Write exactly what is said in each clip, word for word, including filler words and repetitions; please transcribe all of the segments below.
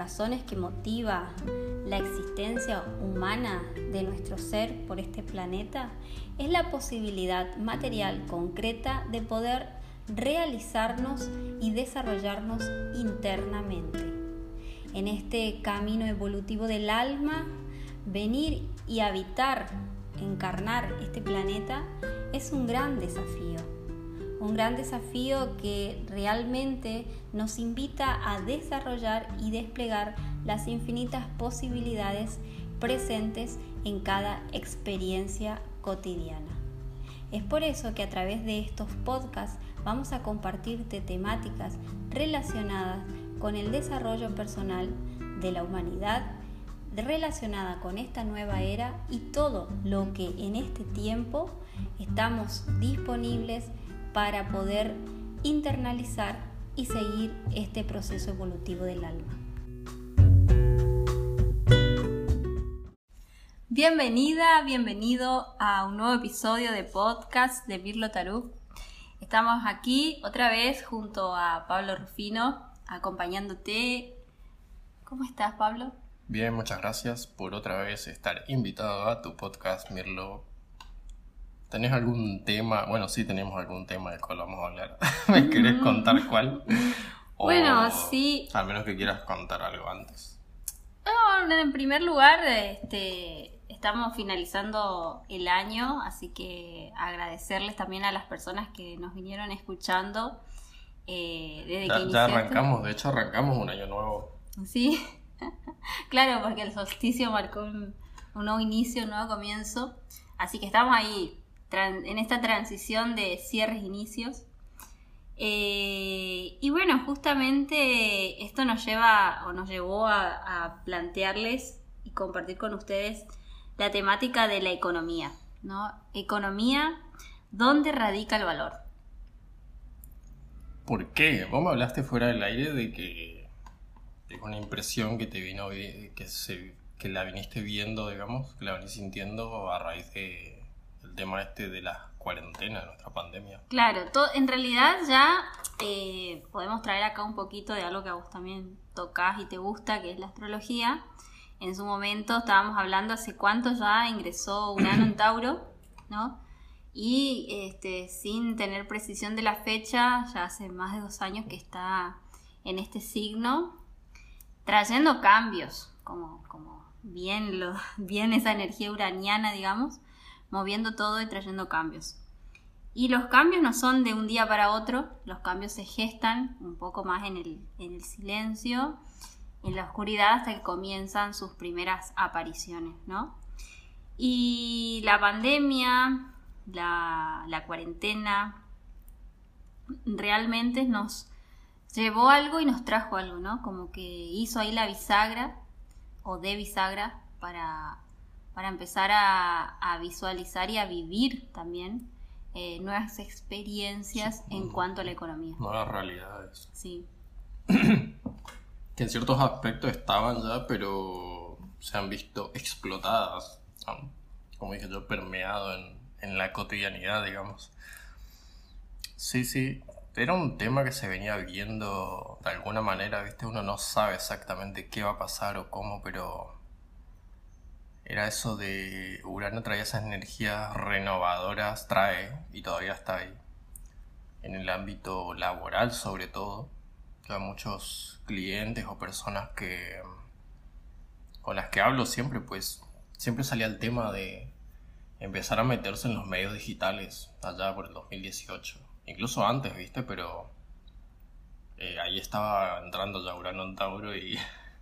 razones que motiva la existencia humana de nuestro ser por este planeta es la posibilidad material concreta de poder realizarnos y desarrollarnos internamente. En este camino evolutivo del alma, venir y habitar, encarnar este planeta es un gran desafío. Un gran desafío que realmente nos invita a desarrollar y desplegar las infinitas posibilidades presentes en cada experiencia cotidiana. Es por eso que a través de estos podcasts vamos a compartirte temáticas relacionadas con el desarrollo personal de la humanidad, relacionada con esta nueva era y todo lo que en este tiempo estamos disponibles para poder internalizar y seguir este proceso evolutivo del alma. Bienvenida, bienvenido a un nuevo episodio de podcast de Mirlo Tarú. Estamos aquí otra vez junto a Pablo Rufino, acompañándote. ¿Cómo estás, Pablo? Bien, muchas gracias por otra vez estar invitado a tu podcast, Mirlo. ¿Tenés algún tema? Bueno, sí tenemos algún tema del cual vamos a hablar. ¿Me querés contar cuál? O, bueno, sí. A menos que quieras contar algo antes. No, en primer lugar, este, estamos finalizando el año, así que agradecerles también a las personas que nos vinieron escuchando eh, desde ya, que ya iniciaste. arrancamos, de hecho arrancamos un año nuevo. Sí, claro, porque el solsticio marcó un, un nuevo inicio, un nuevo comienzo, así que estamos ahí en esta transición de cierres e inicios. Eh, y bueno, justamente esto nos lleva o nos llevó a, a plantearles y compartir con ustedes la temática de la economía, ¿no? Economía, ¿dónde radica el valor? ¿Por qué? Vos me hablaste fuera del aire de que es una impresión que te vino, que, se, que la viniste viendo, digamos, que la venís sintiendo a raíz de el tema este de la cuarentena, de nuestra pandemia. Claro, to- en realidad ya eh, podemos traer acá un poquito de algo que a vos también tocás y te gusta, que es la astrología. En su momento estábamos hablando hace cuánto ya ingresó Urano en Tauro, ¿no? Y este, sin tener precisión de la fecha, ya hace más de dos años que está en este signo, trayendo cambios, como, como bien, lo, bien esa energía uraniana, digamos, moviendo todo y trayendo cambios. Y los cambios no son de un día para otro, los cambios se gestan un poco más en el, en el silencio, en la oscuridad, hasta que comienzan sus primeras apariciones, ¿no? Y la pandemia, la, la cuarentena, realmente nos llevó algo y nos trajo algo, ¿no? Como que hizo ahí la bisagra, o de bisagra, para... para empezar a, a visualizar y a vivir también eh, nuevas experiencias sí, en cuanto a la economía. Nuevas realidades. Sí. Que en ciertos aspectos estaban ya, pero se han visto explotadas, ¿no? Como dije yo, permeado en, en la cotidianidad, digamos. Sí, sí, era un tema que se venía viendo de alguna manera, ¿viste? Uno no sabe exactamente qué va a pasar o cómo, pero... Era eso de Urano traía esas energías renovadoras, trae, y todavía está ahí, en el ámbito laboral sobre todo. Yo a muchos clientes o personas que con las que hablo siempre, pues, siempre salía el tema de empezar a meterse en los medios digitales allá por el dos mil dieciocho. Incluso antes, ¿viste? Pero eh, ahí estaba entrando ya Urano en Tauro y...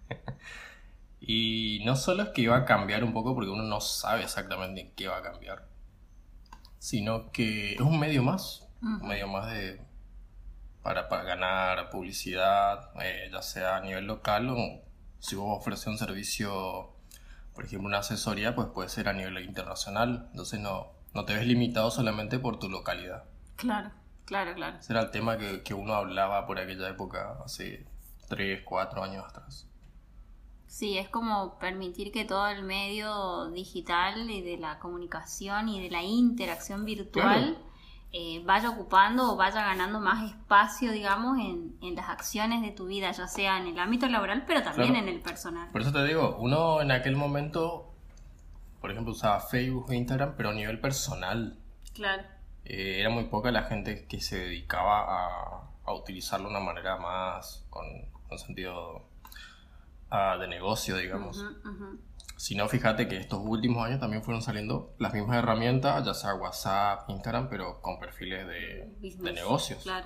Y no solo es que iba a cambiar un poco porque uno no sabe exactamente en qué va a cambiar, sino que es un medio más, uh-huh. un medio más de para, para ganar publicidad, eh, ya sea a nivel local o si vos ofreces un servicio, por ejemplo una asesoría, pues puede ser a nivel internacional, entonces no, no te ves limitado solamente por tu localidad. Claro, claro, claro. Ese era el tema que, que uno hablaba por aquella época, hace tres, cuatro años atrás. Sí, es como permitir que todo el medio digital y de la comunicación y de la interacción virtual claro. eh, vaya ocupando o vaya ganando más espacio, digamos, en, en las acciones de tu vida, ya sea en el ámbito laboral, pero también Claro. en el personal. Por eso te digo, uno en aquel momento, por ejemplo, usaba Facebook e Instagram, pero a nivel personal. Claro. Eh, era muy poca la gente que se dedicaba a, a utilizarlo de una manera más con, con sentido ah, de negocio, digamos. Ujú, ujú. Si no, fíjate que estos últimos años también fueron saliendo las mismas herramientas, ya sea WhatsApp, Instagram, pero con perfiles de, Business, de negocios. Claro.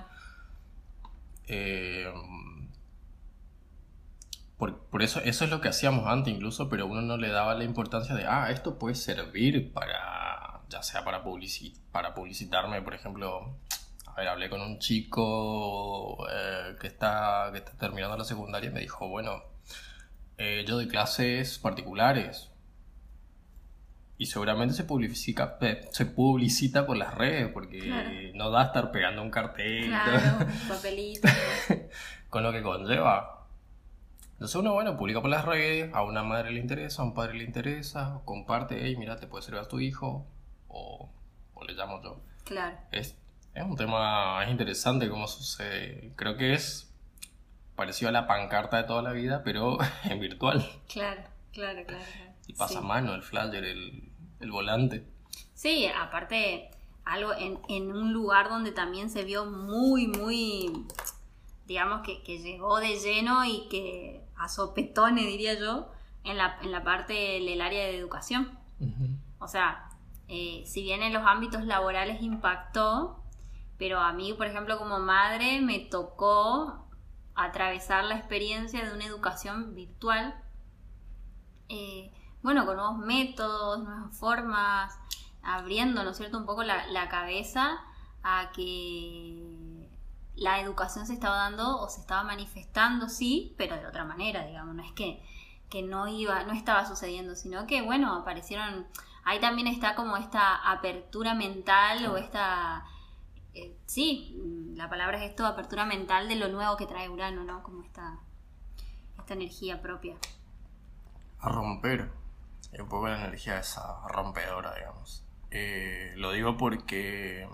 Eh, por, por eso, eso es lo que hacíamos antes incluso, pero uno no le daba la importancia de, ah, esto puede servir para, ya sea para, publici- para publicitarme, por ejemplo. A ver, hablé con un chico eh, que, está, que está terminando la secundaria y me dijo, bueno, eh, yo doy clases particulares y seguramente se publicita, pe- se publicita por las redes porque Claro. no da estar pegando un cartel Claro, papelitos. con lo que conlleva. Entonces uno, bueno, publica por las redes, a una madre le interesa, a un padre le interesa, comparte, hey, mira, te puede servir a tu hijo, o, o le llamo yo. Claro. Es, es un tema, es interesante cómo sucede. Creo que es parecido a la pancarta de toda la vida, pero en virtual. Claro, claro, claro. claro. Y pasa a Sí. mano el flyer, el, el volante. Sí, aparte, algo en, en un lugar donde también se vio muy, muy, digamos que, que llegó de lleno y que a sopetones, diría yo, en la, en la parte del área de educación. Uh-huh. O sea, eh, si bien en los ámbitos laborales impactó, pero a mí, por ejemplo, como madre, me tocó atravesar la experiencia de una educación virtual, eh, bueno, con nuevos métodos, nuevas formas, abriendo, ¿no es cierto?, un poco la, la cabeza a que la educación se estaba dando o se estaba manifestando, sí, pero de otra manera, digamos, no es que, que no iba, no estaba sucediendo, sino que, bueno, aparecieron, ahí también está como esta apertura mental o esta, eh, sí, la palabra es esto, apertura mental de lo nuevo que trae Urano, ¿no? Como esta, esta energía propia. A romper. Y un poco la energía esa rompedora, digamos. Eh, lo digo porque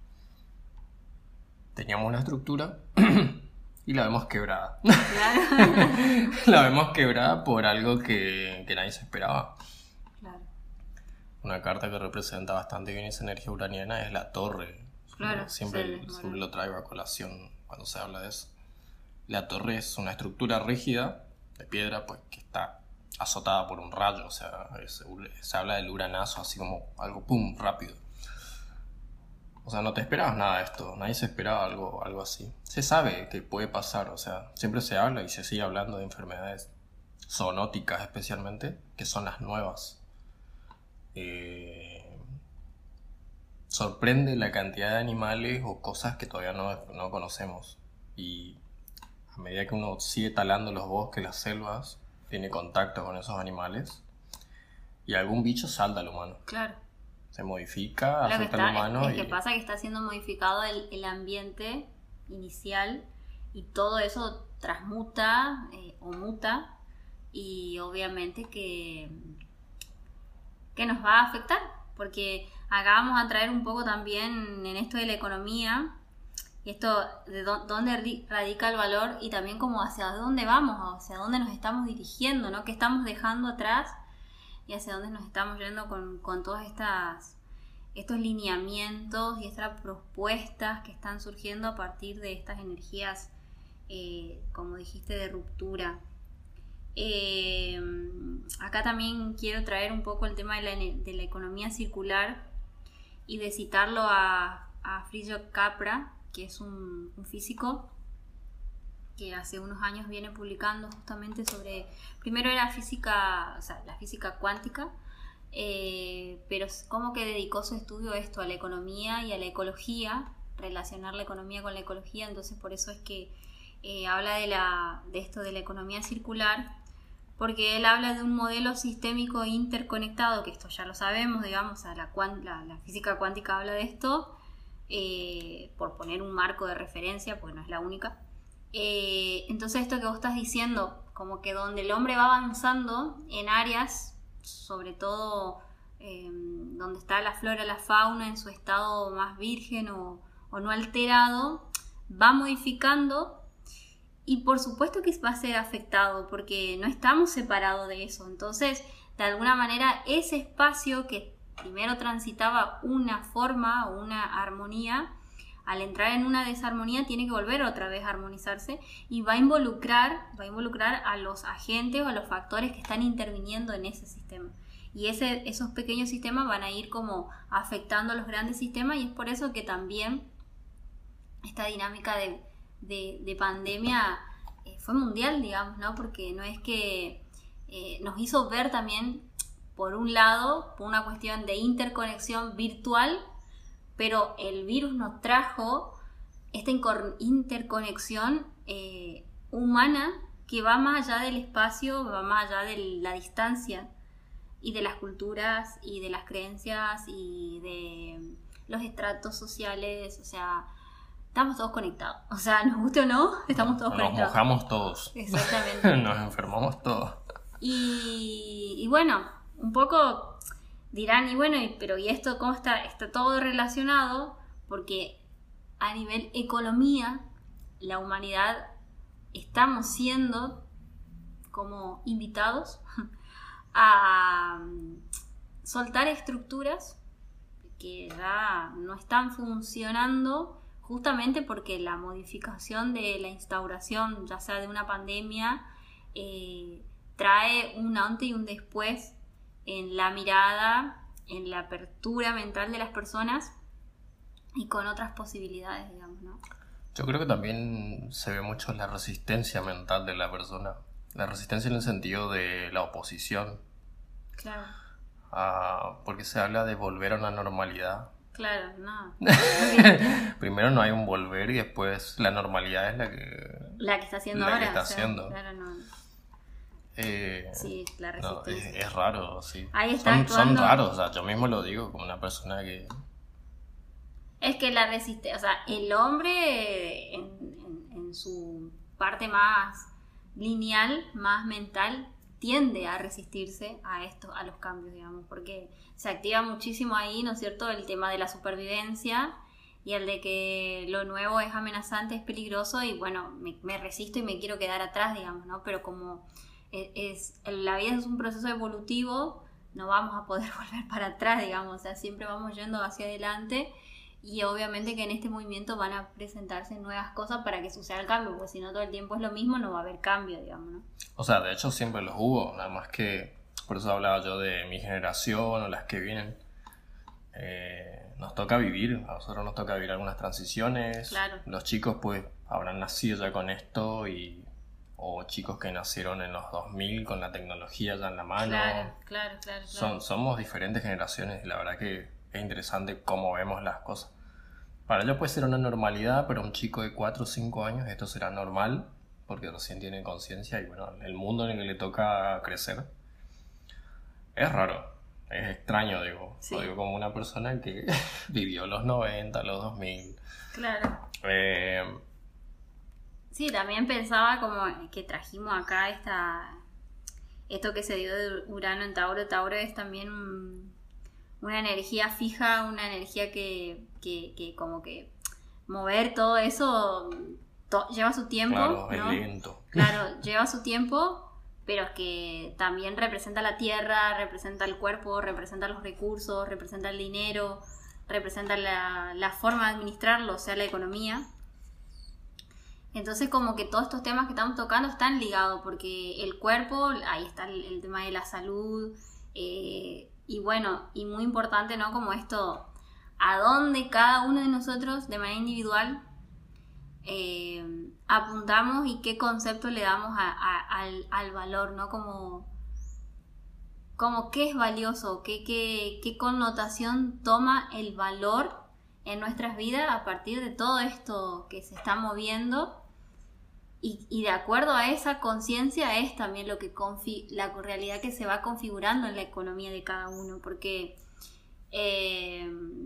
teníamos una estructura y la vemos quebrada. Claro. La vemos quebrada por algo que, que nadie se esperaba. Claro. Una carta que representa bastante bien esa energía uraniana es la torre. Claro, Siempre, sí, siempre bueno. lo traigo a colación cuando se habla de eso. La torre es una estructura rígida de piedra pues que está azotada por un rayo, o sea, es- se habla del uranazo así como algo pum, rápido. O sea, no te esperabas nada de esto, nadie se esperaba algo, algo así. Se sabe que puede pasar, o sea, siempre se habla y se sigue hablando de enfermedades zoonóticas especialmente, que son las nuevas. Eh, sorprende la cantidad de animales o cosas que todavía no, no conocemos. Y a medida que uno sigue talando los bosques, las selvas, tiene contacto con esos animales y algún bicho salta al humano. Claro. Se modifica, Lo que afecta está, al humano. es que y... pasa que está siendo modificado el, el ambiente inicial y todo eso transmuta eh, o muta y obviamente que, que nos va a afectar porque acá vamos a traer un poco también en esto de la economía y esto de dó- dónde ri- radica el valor y también como hacia dónde vamos, hacia dónde nos estamos dirigiendo, ¿no? ¿Qué estamos dejando atrás y hacia dónde nos estamos yendo con, con todas estas estos lineamientos y estas propuestas que están surgiendo a partir de estas energías, eh, como dijiste, de ruptura? Eh, acá también quiero traer un poco el tema de la, de la economía circular y de citarlo a, a Fritjof Capra, que es un, un físico que hace unos años viene publicando justamente sobre, primero era física, o sea, la física cuántica, eh, pero como que dedicó su estudio a esto, a la economía y a la ecología, relacionar la economía con la ecología, entonces por eso es que eh, habla de, la, de esto de la economía circular, porque él habla de un modelo sistémico interconectado, que esto ya lo sabemos, digamos, a la, cuan, la, la física cuántica habla de esto, eh, por poner un marco de referencia, porque no es la única. Eh, entonces esto que vos estás diciendo, como que donde el hombre va avanzando en áreas, sobre todo eh, donde está la flora, la fauna en su estado más virgen o, o no alterado, va modificando y por supuesto que va a ser afectado porque no estamos separados de eso. Entonces, de alguna manera, ese espacio que primero transitaba una forma o una armonía, al entrar en una desarmonía tiene que volver otra vez a armonizarse y va a involucrar, va a involucrar a los agentes o a los factores que están interviniendo en ese sistema. Y ese, esos pequeños sistemas van a ir como afectando a los grandes sistemas y es por eso que también esta dinámica de, de, de pandemia eh, fue mundial, digamos, ¿no? Porque no es que eh, nos hizo ver también, por un lado, por una cuestión de interconexión virtual, pero el virus nos trajo esta interconexión eh, humana que va más allá del espacio, va más allá de la distancia y de las culturas y de las creencias y de los estratos sociales. O sea, estamos todos conectados. O sea, nos guste o no, estamos todos nos conectados. Nos mojamos todos. Exactamente. Nos enfermamos todos. Y, y bueno, un poco dirán, y bueno, pero ¿y esto cómo está? Está todo relacionado porque a nivel economía, la humanidad estamos siendo como invitados a soltar estructuras que ya no están funcionando justamente porque la modificación de la instauración, ya sea de una pandemia, eh, trae un antes y un después en la mirada, en la apertura mental de las personas y con otras posibilidades, digamos, ¿no? Yo creo que también se ve mucho la resistencia mental de la persona. La resistencia en el sentido de la oposición. Claro. Ah, porque se habla de volver a una normalidad. Claro, no. Primero no hay un volver y después la normalidad es la que... La que está haciendo la ahora. que está o sea, haciendo. Claro, no. Eh, Sí, la no, resistencia. es, es raro, sí. Ahí está son, son actuando- raros, o sea, yo mismo lo digo como una persona que... Es que la resistencia, o sea, el hombre en, en, en su parte más lineal, más mental, tiende a resistirse a esto, a los cambios, digamos, porque se activa muchísimo ahí, ¿no es cierto?, el tema de la supervivencia y el de que lo nuevo es amenazante, es peligroso y bueno, me, me resisto y me quiero quedar atrás, digamos, ¿no? Pero como es, es, la vida es un proceso evolutivo, no vamos a poder volver para atrás, digamos, o sea, siempre vamos yendo hacia adelante. Y obviamente que en este movimiento van a presentarse nuevas cosas para que suceda el cambio, porque si no todo el tiempo es lo mismo, no va a haber cambio, digamos, ¿no? O sea, de hecho siempre los hubo, nada más que por eso hablaba yo de mi generación o las que vienen. Eh, nos toca vivir, a nosotros nos toca vivir algunas transiciones. Claro. Los chicos pues habrán nacido ya con esto y o chicos que nacieron en los dos mil con la tecnología ya en la mano. Claro, claro, claro. claro. Son, somos diferentes generaciones y la verdad que es interesante cómo vemos las cosas. Para ellos puede ser una normalidad, pero un chico de cuatro o cinco años esto será normal, porque recién tiene conciencia y bueno, el mundo en el que le toca crecer. Es raro, es extraño, digo. Sí. Lo digo como una persona que vivió los noventa, los dos mil. Claro. Eh, Sí, también pensaba como que trajimos acá esta esto que se dio de Urano en Tauro. Tauro es también un, una energía fija, una energía que, que, que como que mover todo eso to, lleva su tiempo, claro, ¿no? es lento. Claro, lleva su tiempo, pero es que también representa la tierra, representa el cuerpo, representa los recursos, representa el dinero, representa la, la forma de administrarlo, o sea, la economía. Entonces como que todos estos temas que estamos tocando están ligados, porque el cuerpo, ahí está el, el tema de la salud, eh, y bueno, y muy importante, ¿no? Como esto, a dónde cada uno de nosotros de manera individual eh, apuntamos y qué concepto le damos a, a, al, al valor, ¿no? Como, como qué es valioso, qué, qué, qué connotación toma el valor en nuestras vidas a partir de todo esto que se está moviendo. Y, y de acuerdo a esa conciencia es también lo que confi- la realidad que se va configurando en la economía de cada uno, porque eh,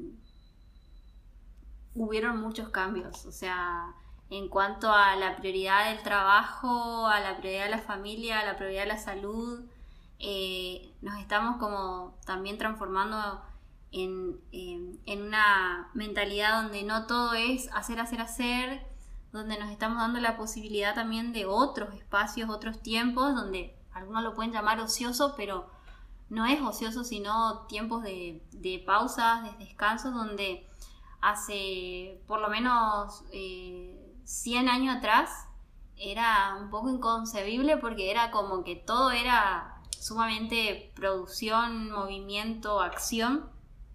hubieron muchos cambios, o sea, en cuanto a la prioridad del trabajo, a la prioridad de la familia, a la prioridad de la salud, eh, nos estamos como también transformando en, en, en una mentalidad donde no todo es hacer, hacer, hacer, donde nos estamos dando la posibilidad también de otros espacios, otros tiempos, donde algunos lo pueden llamar ocioso, pero no es ocioso, sino tiempos de, de pausas, de descansos, donde hace por lo menos eh, cien años atrás era un poco inconcebible, porque era como que todo era sumamente producción, movimiento, acción.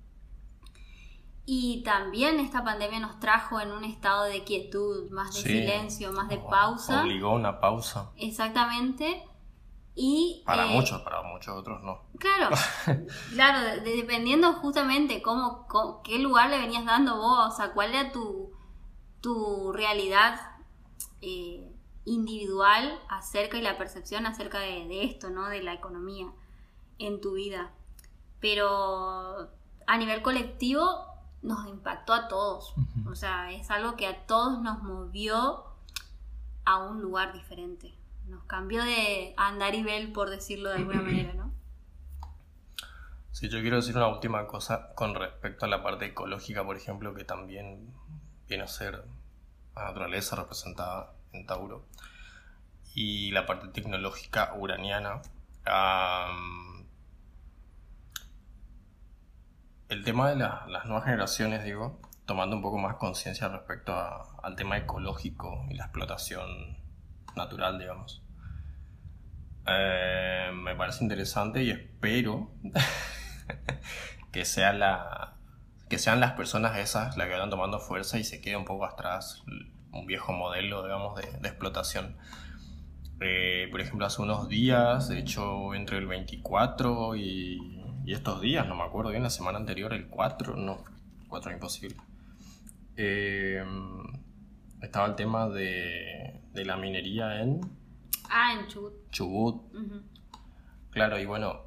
Y también esta pandemia nos trajo en un estado de quietud, más de Sí. silencio, más de pausa. Obligó una pausa. Exactamente. Y, Para eh, muchos, para muchos otros no. Claro, claro, de- de- dependiendo justamente cómo, cómo- qué lugar le venías dando vos, o sea, cuál era tu, tu realidad eh, individual acerca y la percepción acerca de, de esto, ¿no? De la economía en tu vida. Pero a nivel colectivo nos impactó a todos. Ujú. O sea, es algo que a todos nos movió a un lugar diferente. Nos cambió de andar y ver, por decirlo de alguna manera, ¿no? Sí, yo quiero decir una última cosa con respecto a la parte ecológica, por ejemplo, que también viene a ser la naturaleza representada en Tauro, y la parte tecnológica uraniana. Am, el tema de la- las nuevas generaciones, digo, tomando un poco más conciencia respecto a- al tema ecológico y la explotación natural, digamos. Eh, me parece interesante y espero que sea la que sean las personas esas las que vayan tomando fuerza y se quede un poco atrás un viejo modelo, digamos, de, de explotación. Eh, por ejemplo, hace unos días, de hecho entre el veinticuatro y, y estos días, no me acuerdo bien, la semana anterior, el cuatro, no, cuatro es imposible. Eh, estaba el tema de, de la minería en Ah, en Chubut. Chubut. Ujú. Claro, y bueno,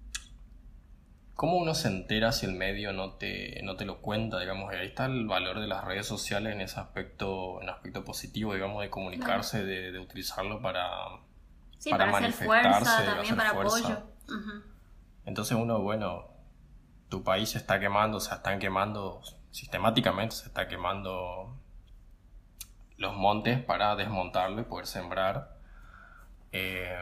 ¿cómo uno se entera si el medio no te, no te lo cuenta, digamos? Y ahí está el valor de las redes sociales en ese aspecto, en aspecto positivo, digamos, de comunicarse, de, de utilizarlo para, Sí, para para, hacer manifestarse, fuerza, de también hacer para fuerza. apoyo. Ujú. Entonces uno, bueno, tu país se está quemando, se están quemando, sistemáticamente se está quemando los montes para desmontarlo y poder sembrar. Eh,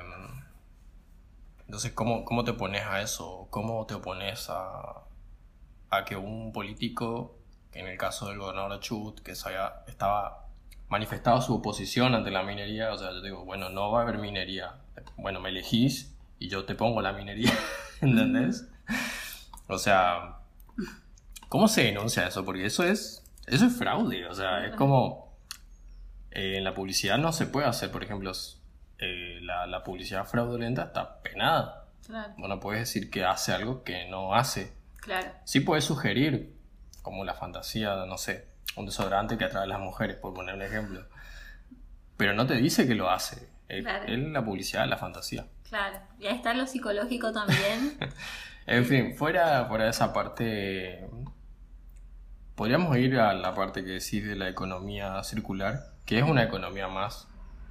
entonces, ¿cómo, ¿cómo te pones a eso? ¿Cómo te opones a, a que un político, que en el caso del gobernador de Chubut, que se había- estaba manifestado su oposición ante la minería, o sea, yo digo, bueno, no va a haber minería, bueno, me elegís y yo te pongo la minería, ¿entendés? O sea, ¿cómo se denuncia eso? Porque eso es, eso es fraude, o sea, es como, eh, en la publicidad no se puede hacer, por ejemplo, eh, la, la publicidad fraudulenta está penada. Claro, Bueno, puedes decir que hace algo que no hace. claro. Sí puedes sugerir, como la fantasía, no sé, un desodorante que atrae a las mujeres, por poner un ejemplo. Pero no te dice que lo hace. Es, Claro. es la publicidad, la fantasía. Claro, y ahí está lo psicológico también. En fin, fuera, fuera de esa parte, podríamos ir a la parte que decís de la economía circular, que es una economía más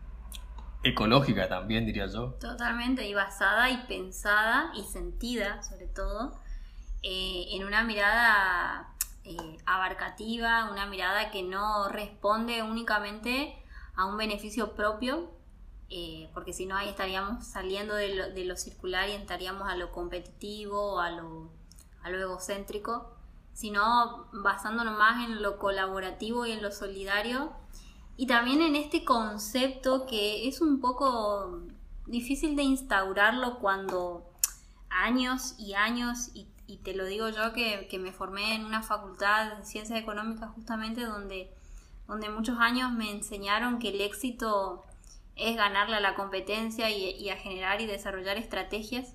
ecológica también, diría yo. Totalmente, y basada y pensada y sentida, sobre todo, eh, en una mirada eh, abarcativa, una mirada que no responde únicamente a un beneficio propio, eh, porque si no ahí estaríamos saliendo de lo, de lo circular y estaríamos a lo competitivo, a lo, a lo egocéntrico, sino basándonos más en lo colaborativo y en lo solidario. Y también en este concepto que es un poco difícil de instaurarlo cuando años y años, y, y te lo digo yo que, que me formé en una facultad de ciencias económicas justamente donde, donde muchos años me enseñaron que el éxito es ganarle a la competencia y, y a generar y desarrollar estrategias.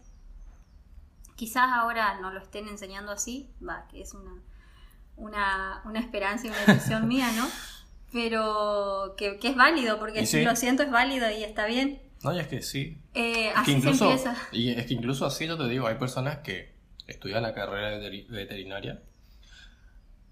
Quizás ahora no lo estén enseñando así, va, que es una, una, una esperanza y una ilusión mía, ¿no? Pero que, que es válido, porque Y si sí. lo siento es válido y está bien. No, y es que sí. Eh, Es que así incluso, se empieza. y es que incluso así yo te digo, hay personas que estudian la carrera de veteri- veterinaria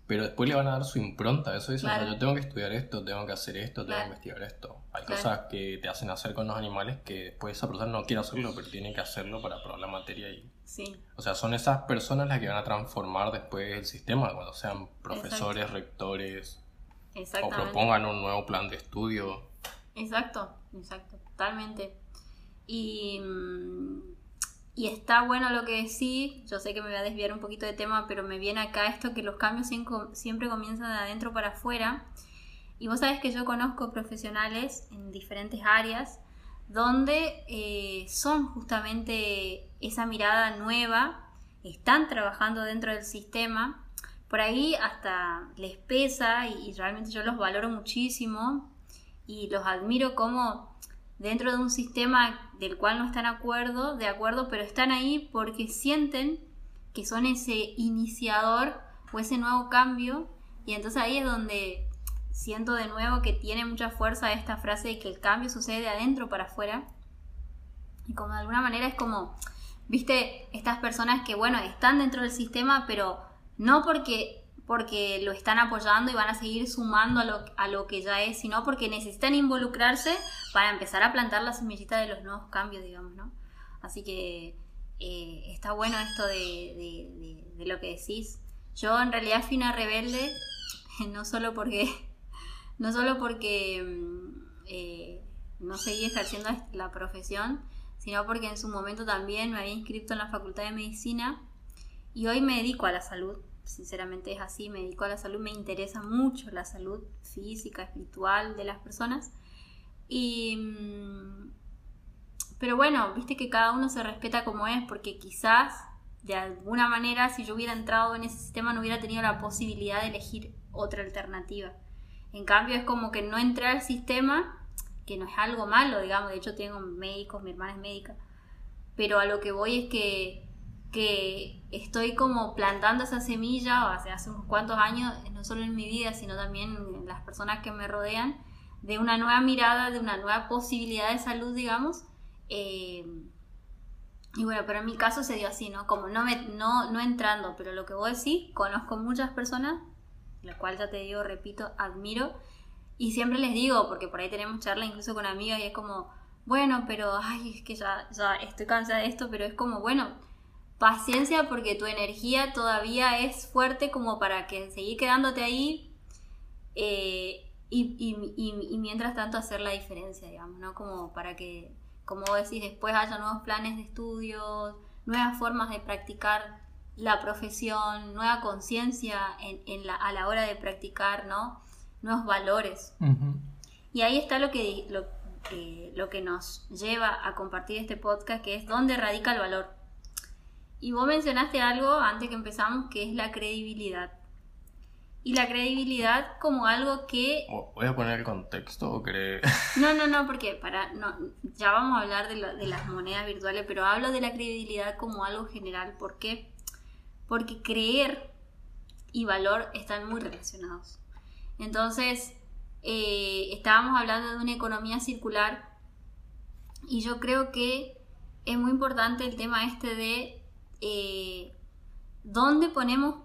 pero después le van a dar su impronta. Eso dicen, Claro. yo tengo que estudiar esto, tengo que hacer esto, tengo Claro. que investigar esto. Hay Claro. cosas que te hacen hacer con los animales que después esa persona no quiere hacerlo, pero tiene que hacerlo para probar la materia. Y, Sí, o sea, son esas personas las que van a transformar después el sistema cuando sean profesores, rectores o exactamente. propongan un nuevo plan de estudio. Exacto, exacto, totalmente. Y, mm, y está bueno lo que decís. Yo sé que me voy a desviar un poquito de tema, pero me viene acá esto que los cambios siempre, siempre comienzan de adentro para afuera. Y vos sabés que yo conozco profesionales en diferentes áreas donde eh, son justamente esa mirada nueva, están trabajando dentro del sistema, por ahí hasta les pesa y, y realmente yo los valoro muchísimo y los admiro como dentro de un sistema del cual no están de acuerdo, de acuerdo, pero están ahí porque sienten que son ese iniciador o ese nuevo cambio, y entonces ahí es donde siento de nuevo que tiene mucha fuerza esta frase de que el cambio sucede de adentro para afuera. Y como de alguna manera es como, viste, estas personas que bueno, están dentro del sistema, pero no porque, porque lo están apoyando y van a seguir sumando a lo, a lo que ya es, sino porque necesitan involucrarse para empezar a plantar la semillita de los nuevos cambios, digamos, ¿no? Así que eh, está bueno esto de, de, de, de lo que decís. Yo en realidad fui una rebelde, no solo porque no solo porque eh, no seguí ejerciendo la profesión, sino porque en su momento también me había inscrito en la Facultad de Medicina y hoy me dedico a la salud. Sinceramente es así, me dedico a la salud, me interesa mucho la salud física, espiritual de las personas. Y pero bueno, viste que cada uno se respeta como es, porque quizás de alguna manera si yo hubiera entrado en ese sistema no hubiera tenido la posibilidad de elegir otra alternativa. En cambio es como que no entré al sistema, que no es algo malo, digamos, de hecho tengo médicos, mi hermana es médica, pero a lo que voy es que, que estoy como plantando esa semilla hace, hace unos cuantos años, no solo en mi vida, sino también en las personas que me rodean, de una nueva mirada, de una nueva posibilidad de salud, digamos. Eh, y bueno, pero en mi caso se dio así, ¿no? Como no, me, no, no entrando, pero lo que vos decís, conozco muchas personas, la cual ya te digo, repito, admiro, y siempre les digo, porque por ahí tenemos charla incluso con amigas y es como, bueno, pero ay, es que ya, ya estoy cansada de esto, pero es como, bueno, paciencia porque tu energía todavía es fuerte como para que seguir quedándote ahí eh, y, y, y, y mientras tanto hacer la diferencia, digamos, ¿no? Como para que, como vos decís, después haya nuevos planes de estudio, nuevas formas de practicar la profesión, nueva conciencia en, en la, a la hora de practicar, ¿no? Nuevos valores. Uh-huh. Y ahí está lo que, lo, eh, lo que nos lleva a compartir este podcast, que es dónde radica el valor. Y vos mencionaste algo antes que empezamos, que es la credibilidad. Y la credibilidad como algo que... ¿Voy a poner el contexto o crees? No, no, no, porque para no, ya vamos a hablar de, lo, de las monedas virtuales, pero hablo de la credibilidad como algo general. ¿Por qué? Porque creer y valor están muy relacionados. Entonces, eh, estábamos hablando de una economía circular y yo creo que es muy importante el tema este de eh, dónde ponemos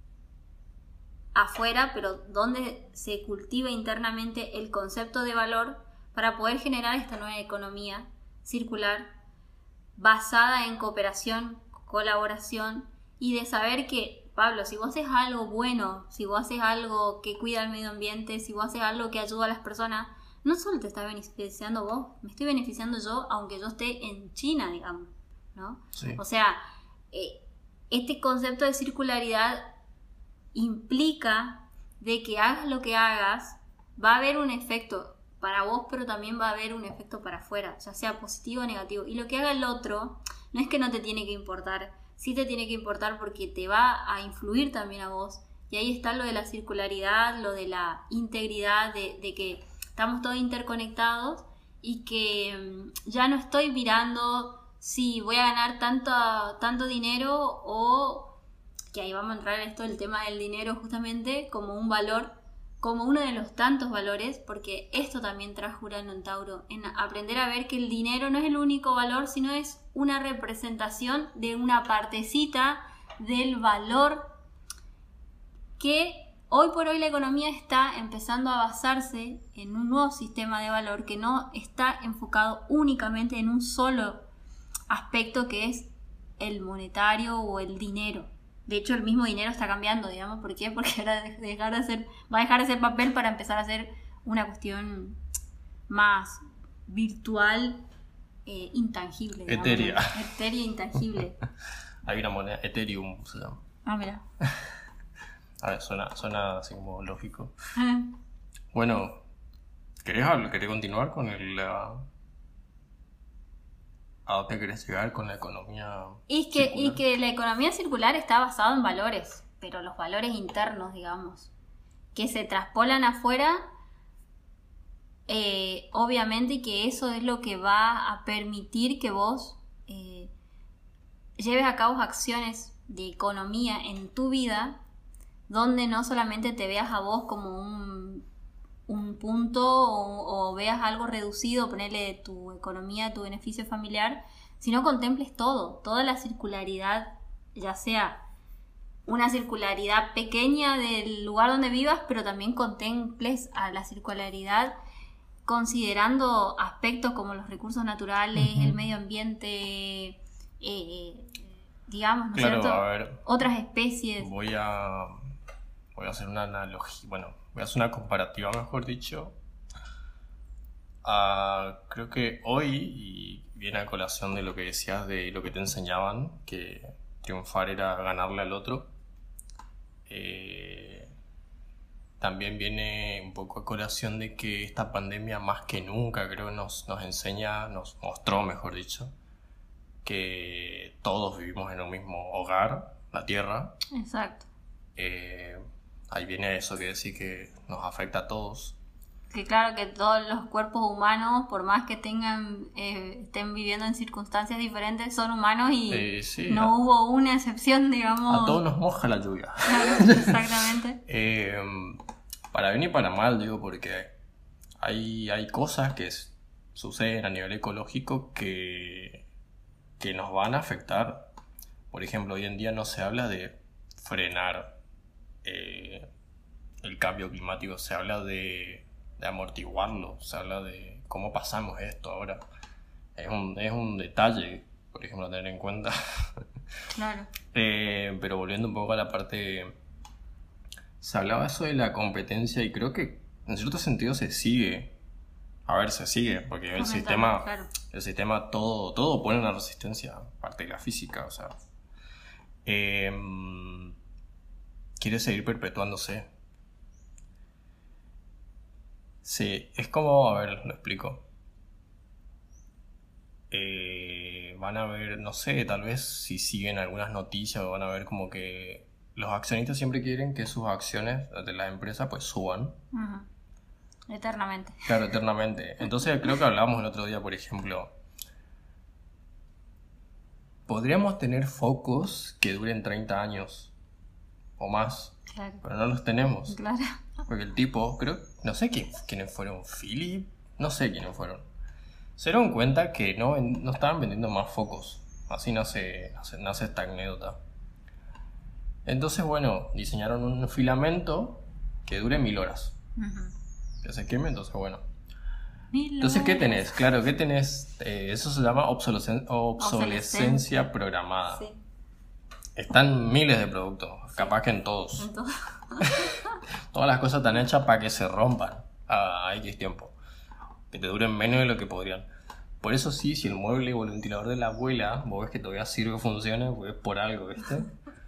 afuera, pero dónde se cultiva internamente el concepto de valor para poder generar esta nueva economía circular basada en cooperación, colaboración y de saber que, Pablo, si vos haces algo bueno, si vos haces algo que cuida el medio ambiente, si vos haces algo que ayuda a las personas, no solo te estás beneficiando vos, me estoy beneficiando yo, aunque yo esté en China, digamos, ¿no? Sí. O sea, eh, este concepto de circularidad implica de que hagas lo que hagas, va a haber un efecto para vos, pero también va a haber un efecto para afuera, ya sea positivo o negativo. Y lo que haga el otro, no es que no te tiene que importar, sí te tiene que importar porque te va a influir también a vos. Y ahí está lo de la circularidad, lo de la integridad, de, de que estamos todos interconectados y que um, ya no estoy mirando si voy a ganar tanto, tanto dinero o... que ahí vamos a entrar en esto del tema del dinero justamente como un valor, como uno de los tantos valores, porque esto también trajo Urano en Tauro, en aprender a ver que el dinero no es el único valor, sino es una representación de una partecita del valor que hoy por hoy la economía está empezando a basarse en un nuevo sistema de valor que no está enfocado únicamente en un solo aspecto, que es el monetario o el dinero. De hecho, el mismo dinero está cambiando, digamos. ¿Por qué? Porque ahora dejar de ser, va a dejar de ser papel para empezar a ser una cuestión más virtual, eh, intangible. Digamos, etérea. ¿no? Etérea, intangible. Hay una moneda, Ethereum se llama. Ah, mira. A ver, suena, suena así como lógico. Ah. Bueno, ¿querés, hablar- querés continuar con el... la- ¿A dónde querés llegar con la economía Y que, y circular? que la economía circular está basada en valores, pero los valores internos, digamos, que se traspolan afuera, eh, obviamente, y que eso es lo que va a permitir que vos eh, lleves a cabo acciones de economía en tu vida, donde no solamente te veas a vos como un, un punto o, o veas algo reducido, ponerle tu economía, tu beneficio familiar, sino contemples todo, toda la circularidad, ya sea una circularidad pequeña del lugar donde vivas, pero también contemples a la circularidad considerando aspectos como los recursos naturales, Ujú. el medio ambiente, eh, digamos, ¿no es Claro, cierto? a ver, Otras especies. voy a, voy a hacer una analogía, bueno, voy a hacer una comparativa, mejor dicho. Ah, creo que hoy, y viene a colación de lo que decías, de lo que te enseñaban, que triunfar era ganarle al otro, eh, también viene un poco a colación de que esta pandemia más que nunca creo nos, nos enseña, nos mostró, mejor dicho, que todos vivimos en un mismo hogar, la Tierra. Exacto. Eh, ahí viene eso que decir que nos afecta a todos. Que claro que todos los cuerpos humanos, por más que tengan eh, estén viviendo en circunstancias diferentes, son humanos y Eh, sí, no a, hubo una excepción, digamos. a todos nos moja la lluvia. Claro, exactamente. Eh, para bien y para mal, digo, porque hay, hay cosas que s- suceden a nivel ecológico que, que nos van a afectar. Por ejemplo, hoy en día no se habla de frenar eh, el cambio climático, se habla de, de amortiguarlo, se habla de cómo pasamos esto ahora. Es un, es un detalle, por ejemplo, a tener en cuenta. Claro. Eh, pero volviendo un poco a la parte, se hablaba eso de la competencia y creo que en cierto sentido se sigue. A ver, se sigue, porque el Fomentando, sistema, claro. el sistema todo, todo pone una resistencia, aparte de la física, o sea. Eh, quiere seguir perpetuándose. Sí, es como, a ver, lo explico. Eh, van a ver, no sé, tal vez si siguen algunas noticias van a ver como que los accionistas siempre quieren que sus acciones de la empresa pues suban. Ujú. Eternamente. Claro, eternamente. Entonces creo que hablábamos el otro día, por ejemplo, podríamos tener focos que duren treinta años o más, Claro. pero no los tenemos. Claro. Porque el tipo, creo, no sé quién, quiénes fueron, Philip, no sé quiénes fueron. Se dieron cuenta que no, ven- no estaban vendiendo más focos. Así nace, nace, nace esta anécdota. Entonces, bueno, diseñaron un filamento que dure mil horas. Ujú. Que se queme, entonces, bueno. Mil Entonces, ¿qué horas. tenés? Claro, ¿qué tenés? Eh, eso se llama obsolescen- obsolescencia programada. Sí. Están miles de productos, capaz que en todos. Entonces, Todas las cosas están hechas para que se rompan a X tiempo. Que te duren menos de lo que podrían. Por eso sí, si el mueble o el ventilador de la abuela, vos ves que todavía sirve, funciona, pues es por algo, ¿viste?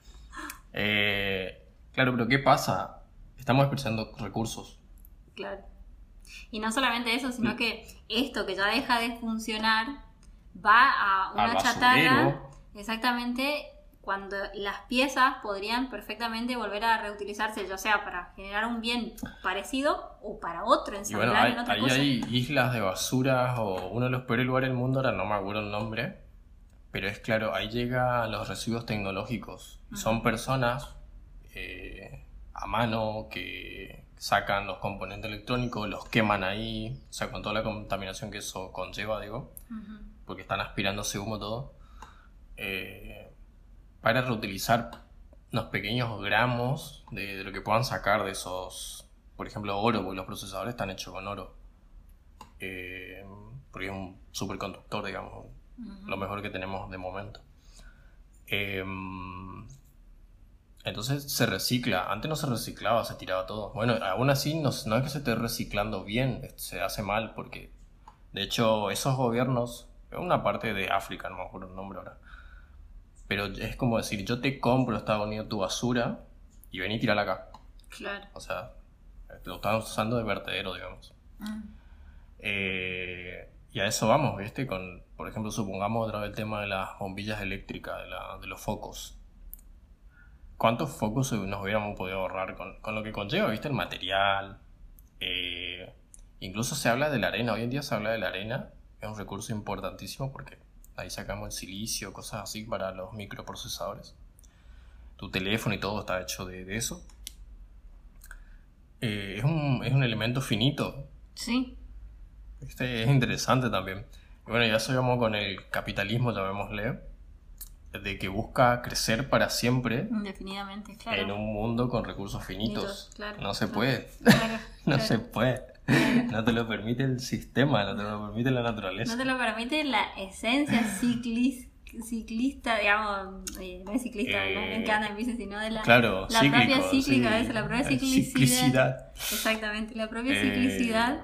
Eh, claro, pero ¿qué pasa? Estamos desperdiciando recursos. claro. Y no solamente eso, sino que esto que ya deja de funcionar va a una Al chatarra. basurero. Exactamente, cuando las piezas podrían perfectamente volver a reutilizarse, ya sea para generar un bien parecido o para otro, Y ensamblar bueno, hay, en otra ahí cosa. hay islas de basuras o uno de los peores lugares del mundo, ahora no me acuerdo el nombre, pero es claro, ahí llegan los residuos tecnológicos. Y son personas eh, a mano que sacan los componentes electrónicos, los queman ahí, o sea, con toda la contaminación que eso conlleva, digo, Ujú. porque están aspirándose humo todo, eh, para reutilizar unos pequeños gramos de, de lo que puedan sacar de esos, por ejemplo, oro, porque los procesadores están hechos con oro. Eh, porque es un superconductor, digamos, uh-huh. Lo mejor que tenemos de momento. Eh, entonces se recicla. Antes no se reciclaba, se tiraba todo. Bueno, aún así no, no es que se esté reciclando bien, se hace mal porque, de hecho, esos gobiernos, una parte de África, no me acuerdo el nombre ahora, pero es como decir, yo te compro, Estados Unidos, tu basura y ven y tirala acá. Claro. O sea, lo estamos usando de vertedero, digamos. Uh-huh. Eh, y a eso vamos, ¿viste? Con, por ejemplo, supongamos otra vez el tema de las bombillas eléctricas, de, la, de los focos. ¿Cuántos focos nos hubiéramos podido ahorrar con, con lo que conlleva, ¿viste? El material. Eh, incluso se habla de la arena. Hoy en día se habla de la arena. Es un recurso importantísimo porque ahí sacamos el silicio, cosas así para los microprocesadores. Tu teléfono y todo está hecho de, de eso. Eh, es, un, es un elemento finito. Sí. Este es interesante también. Y bueno, ya sabemos con el capitalismo, llamémosle, de que busca crecer para siempre. Definitivamente, claro. En un mundo con recursos finitos. Finitos, claro, no se claro, puede. Claro, no claro. se puede. No te lo permite el sistema, no te lo permite la naturaleza. No te lo permite la esencia ciclis, ciclista, digamos, eh, no es ciclista, eh, no es que anda en bici, sino de la, claro, la cíclico, propia cíclica, sí. es la propia ciclicidad. Ciclicidad. Exactamente, la propia Eh, ciclicidad.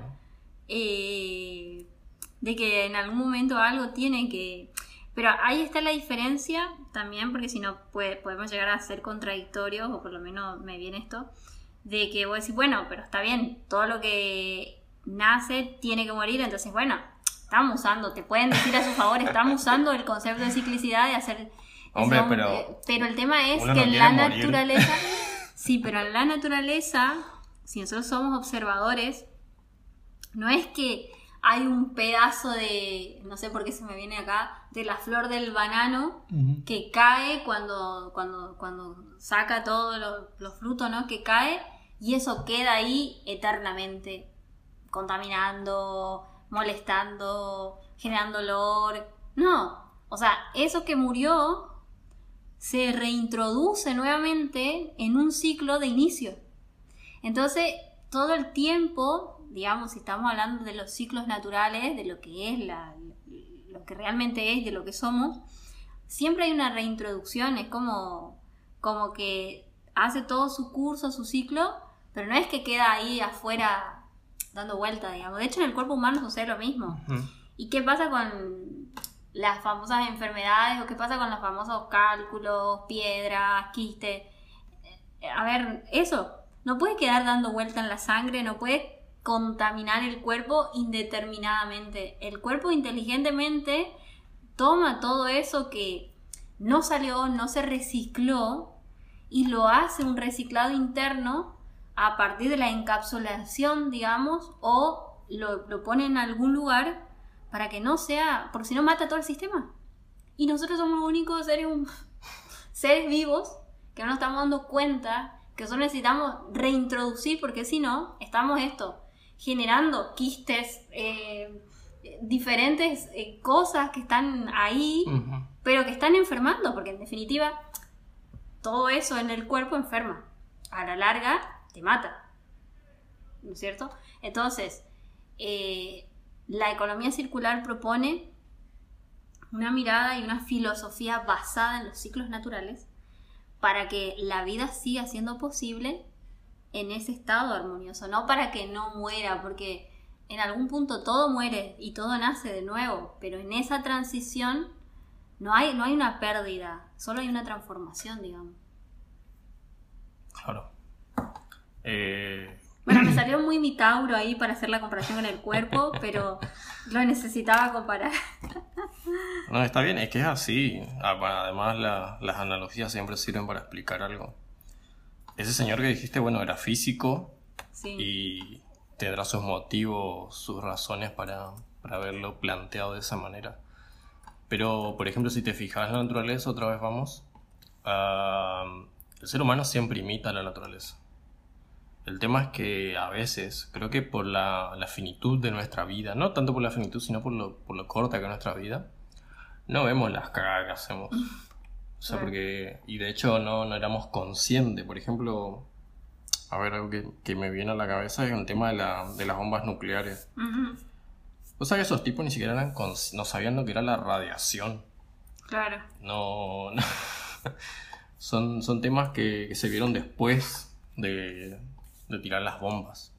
Eh, de que en algún momento algo tiene que... Pero ahí está la diferencia también, porque si no puede, podemos llegar a ser contradictorios, o por lo menos me viene esto, de que vos decís, bueno, pero está bien, todo lo que nace tiene que morir, entonces bueno, estamos usando, te pueden decir a su favor, estamos usando el concepto de ciclicidad de hacer... Hombre, eso, pero... eh, pero el tema es uno que no en la quiere naturaleza... Sí, pero en la naturaleza, si nosotros somos observadores, no es que hay un pedazo de, no sé por qué se me viene acá, de la flor del banano uh-huh. que cae cuando, cuando, cuando saca todos los, los frutos, ¿no? Que cae y eso queda ahí eternamente, contaminando, molestando, generando olor. No, o sea, eso que murió se reintroduce nuevamente en un ciclo de inicio. Entonces, todo el tiempo... Digamos, si estamos hablando de los ciclos naturales, de lo que es la, lo que realmente es, de lo que somos, siempre hay una reintroducción, es como, como que hace todo su curso, su ciclo, pero no es que queda ahí afuera dando vuelta, digamos. De hecho, en el cuerpo humano sucede lo mismo. Uh-huh. ¿Y qué pasa con las famosas enfermedades o qué pasa con los famosos cálculos, piedras, quistes? A ver, eso no puede quedar dando vuelta en la sangre, no puede contaminar el cuerpo indeterminadamente. El cuerpo inteligentemente toma todo eso que no salió, no se recicló y lo hace un reciclado interno a partir de la encapsulación, digamos, o lo, lo pone en algún lugar para que no sea, porque si no mata todo el sistema. Y nosotros somos los únicos seres, seres vivos que no nos estamos dando cuenta que nosotros necesitamos reintroducir, porque si no, estamos esto generando quistes, eh, diferentes eh, cosas que están ahí, uh-huh. pero que están enfermando, porque en definitiva todo eso en el cuerpo enferma. A la larga te mata, ¿no es cierto? Entonces, eh, la economía circular propone una mirada y una filosofía basada en los ciclos naturales para que la vida siga siendo posible en ese estado armonioso, no para que no muera, porque en algún punto todo muere y todo nace de nuevo, pero en esa transición no hay, no hay una pérdida, solo hay una transformación, digamos. Claro. Eh... Bueno, me salió muy mi Tauro ahí para hacer la comparación con el cuerpo, pero lo necesitaba comparar. No, está bien, es que es así. Además, la, las analogías siempre sirven para explicar algo. Ese señor que dijiste, bueno, era físico, sí, y tendrá sus motivos, sus razones para, para haberlo planteado de esa manera. Pero, por ejemplo, si te fijas en la naturaleza, otra vez vamos, uh, el ser humano siempre imita a la naturaleza. El tema es que a veces, creo que por la, la finitud de nuestra vida, no tanto por la finitud, sino por lo, por lo corta que es nuestra vida, no vemos las cagadas que hacemos. O sea, Claro. porque... Y de hecho no, no éramos conscientes. Por ejemplo, a ver, algo que, que me viene a la cabeza es el tema de, la, de las bombas nucleares. Ujú. O sea, que esos tipos ni siquiera eran cons- no sabían lo que era la radiación. Claro. No... no. Son, son temas que, que se vieron después de, de tirar las bombas.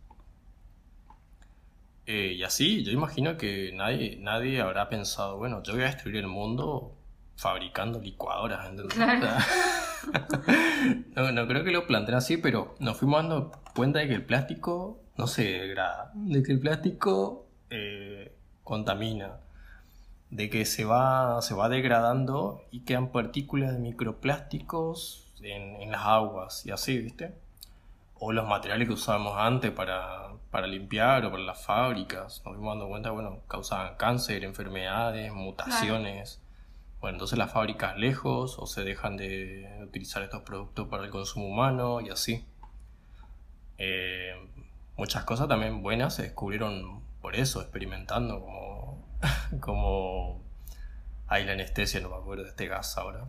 Eh, y así, yo imagino que nadie, nadie habrá pensado, bueno, yo voy a destruir el mundo fabricando licuadoras, ¿entendés? Claro. No, no creo que lo planteen así, pero nos fuimos dando cuenta de que el plástico no se degrada, de que el plástico eh, contamina, de que se va, se va degradando y quedan partículas de microplásticos en, en las aguas y así, ¿viste? O los materiales que usábamos antes para, para limpiar o para las fábricas. Nos fuimos dando cuenta, bueno, causaban cáncer, enfermedades, mutaciones. Bueno, entonces las fábricas lejos o se dejan de utilizar estos productos para el consumo humano y así. Eh, muchas cosas también buenas se descubrieron por eso, experimentando, como, como hay la anestesia, no me acuerdo de este gas ahora.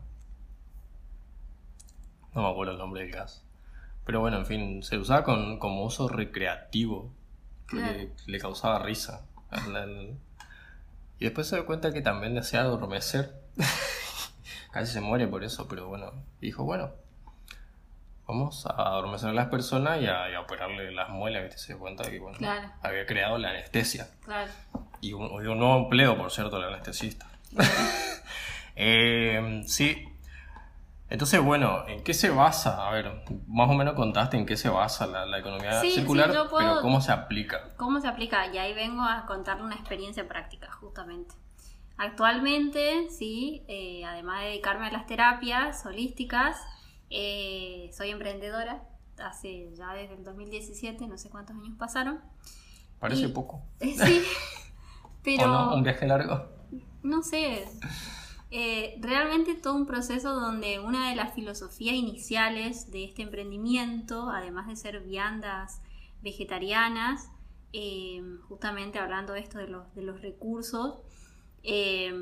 No me acuerdo el nombre del gas. Pero bueno, en fin, se usaba con, como uso recreativo, que Claro. le, le causaba risa. Al- al- Y después se dio cuenta que también le hacía adormecer. Casi se muere por eso, pero bueno, dijo, bueno, vamos a adormecer a las personas y a, y a operarle las muelas, ¿viste? Se dio cuenta de que, bueno, Claro. había creado la anestesia. Claro. Y un, y un nuevo empleo, por cierto, el anestesista. Eh, sí. Entonces, bueno, ¿en qué se basa? A ver, más o menos contaste en qué se basa la, la economía Sí, circular, sí, yo puedo- pero ¿cómo se aplica? ¿Cómo se aplica? Y ahí vengo a contarle una experiencia práctica, justamente. Actualmente, sí, eh, además de dedicarme a las terapias holísticas, eh, soy emprendedora. Hace ya desde el dos mil diecisiete, no sé cuántos años pasaron. Parece Y- poco. Eh, sí, pero... ¿O no? ¿Un viaje largo? No sé, eh, realmente todo un proceso donde una de las filosofías iniciales de este emprendimiento, además de ser viandas vegetarianas, eh, justamente hablando de esto de los, de los recursos, eh,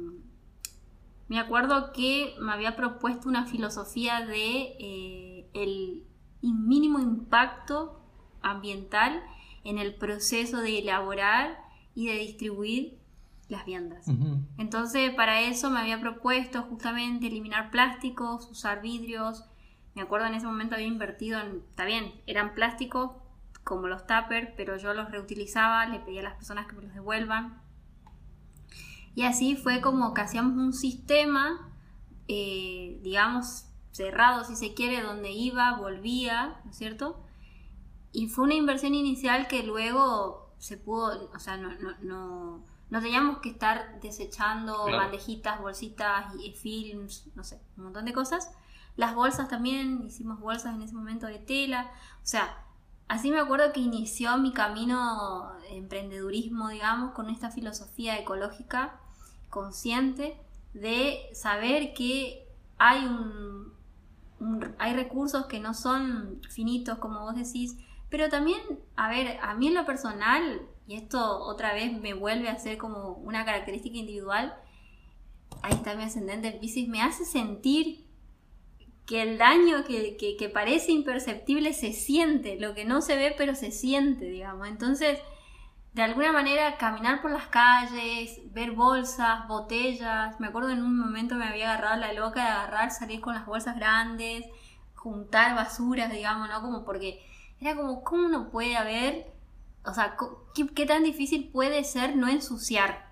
me acuerdo que me había propuesto una filosofía de eh, el mínimo impacto ambiental en el proceso de elaborar y de distribuir las viandas. Ujú. Entonces, para eso me había propuesto justamente eliminar plásticos, usar vidrios. Me acuerdo en ese momento había invertido en, está bien, eran plásticos como los tuppers, pero yo los reutilizaba, le pedía a las personas que me los devuelvan. Y así fue como que hacíamos un sistema, eh, digamos, cerrado si se quiere, donde iba, volvía, ¿no es cierto? Y fue una inversión inicial que luego se pudo, o sea, no, no, no, no teníamos que estar desechando Claro. bandejitas, bolsitas, y, y films, no sé, un montón de cosas. Las bolsas también, hicimos bolsas en ese momento de tela, o sea, así me acuerdo que inició mi camino de emprendedurismo, digamos, con esta filosofía ecológica consciente de saber que hay un, un- hay recursos que no son finitos, como vos decís, pero también, a ver, a mí en lo personal, y esto otra vez me vuelve a ser como una característica individual, ahí está mi ascendente en Piscis, me hace sentir que el daño que, que, que parece imperceptible se siente, lo que no se ve pero se siente, digamos. Entonces, de alguna manera, caminar por las calles, ver bolsas, botellas, me acuerdo en un momento me había agarrado la loca de agarrar, salir con las bolsas grandes, juntar basuras, digamos, ¿no? Como porque era como, ¿cómo no puede haber? O sea, ¿qué, qué tan difícil puede ser no ensuciar?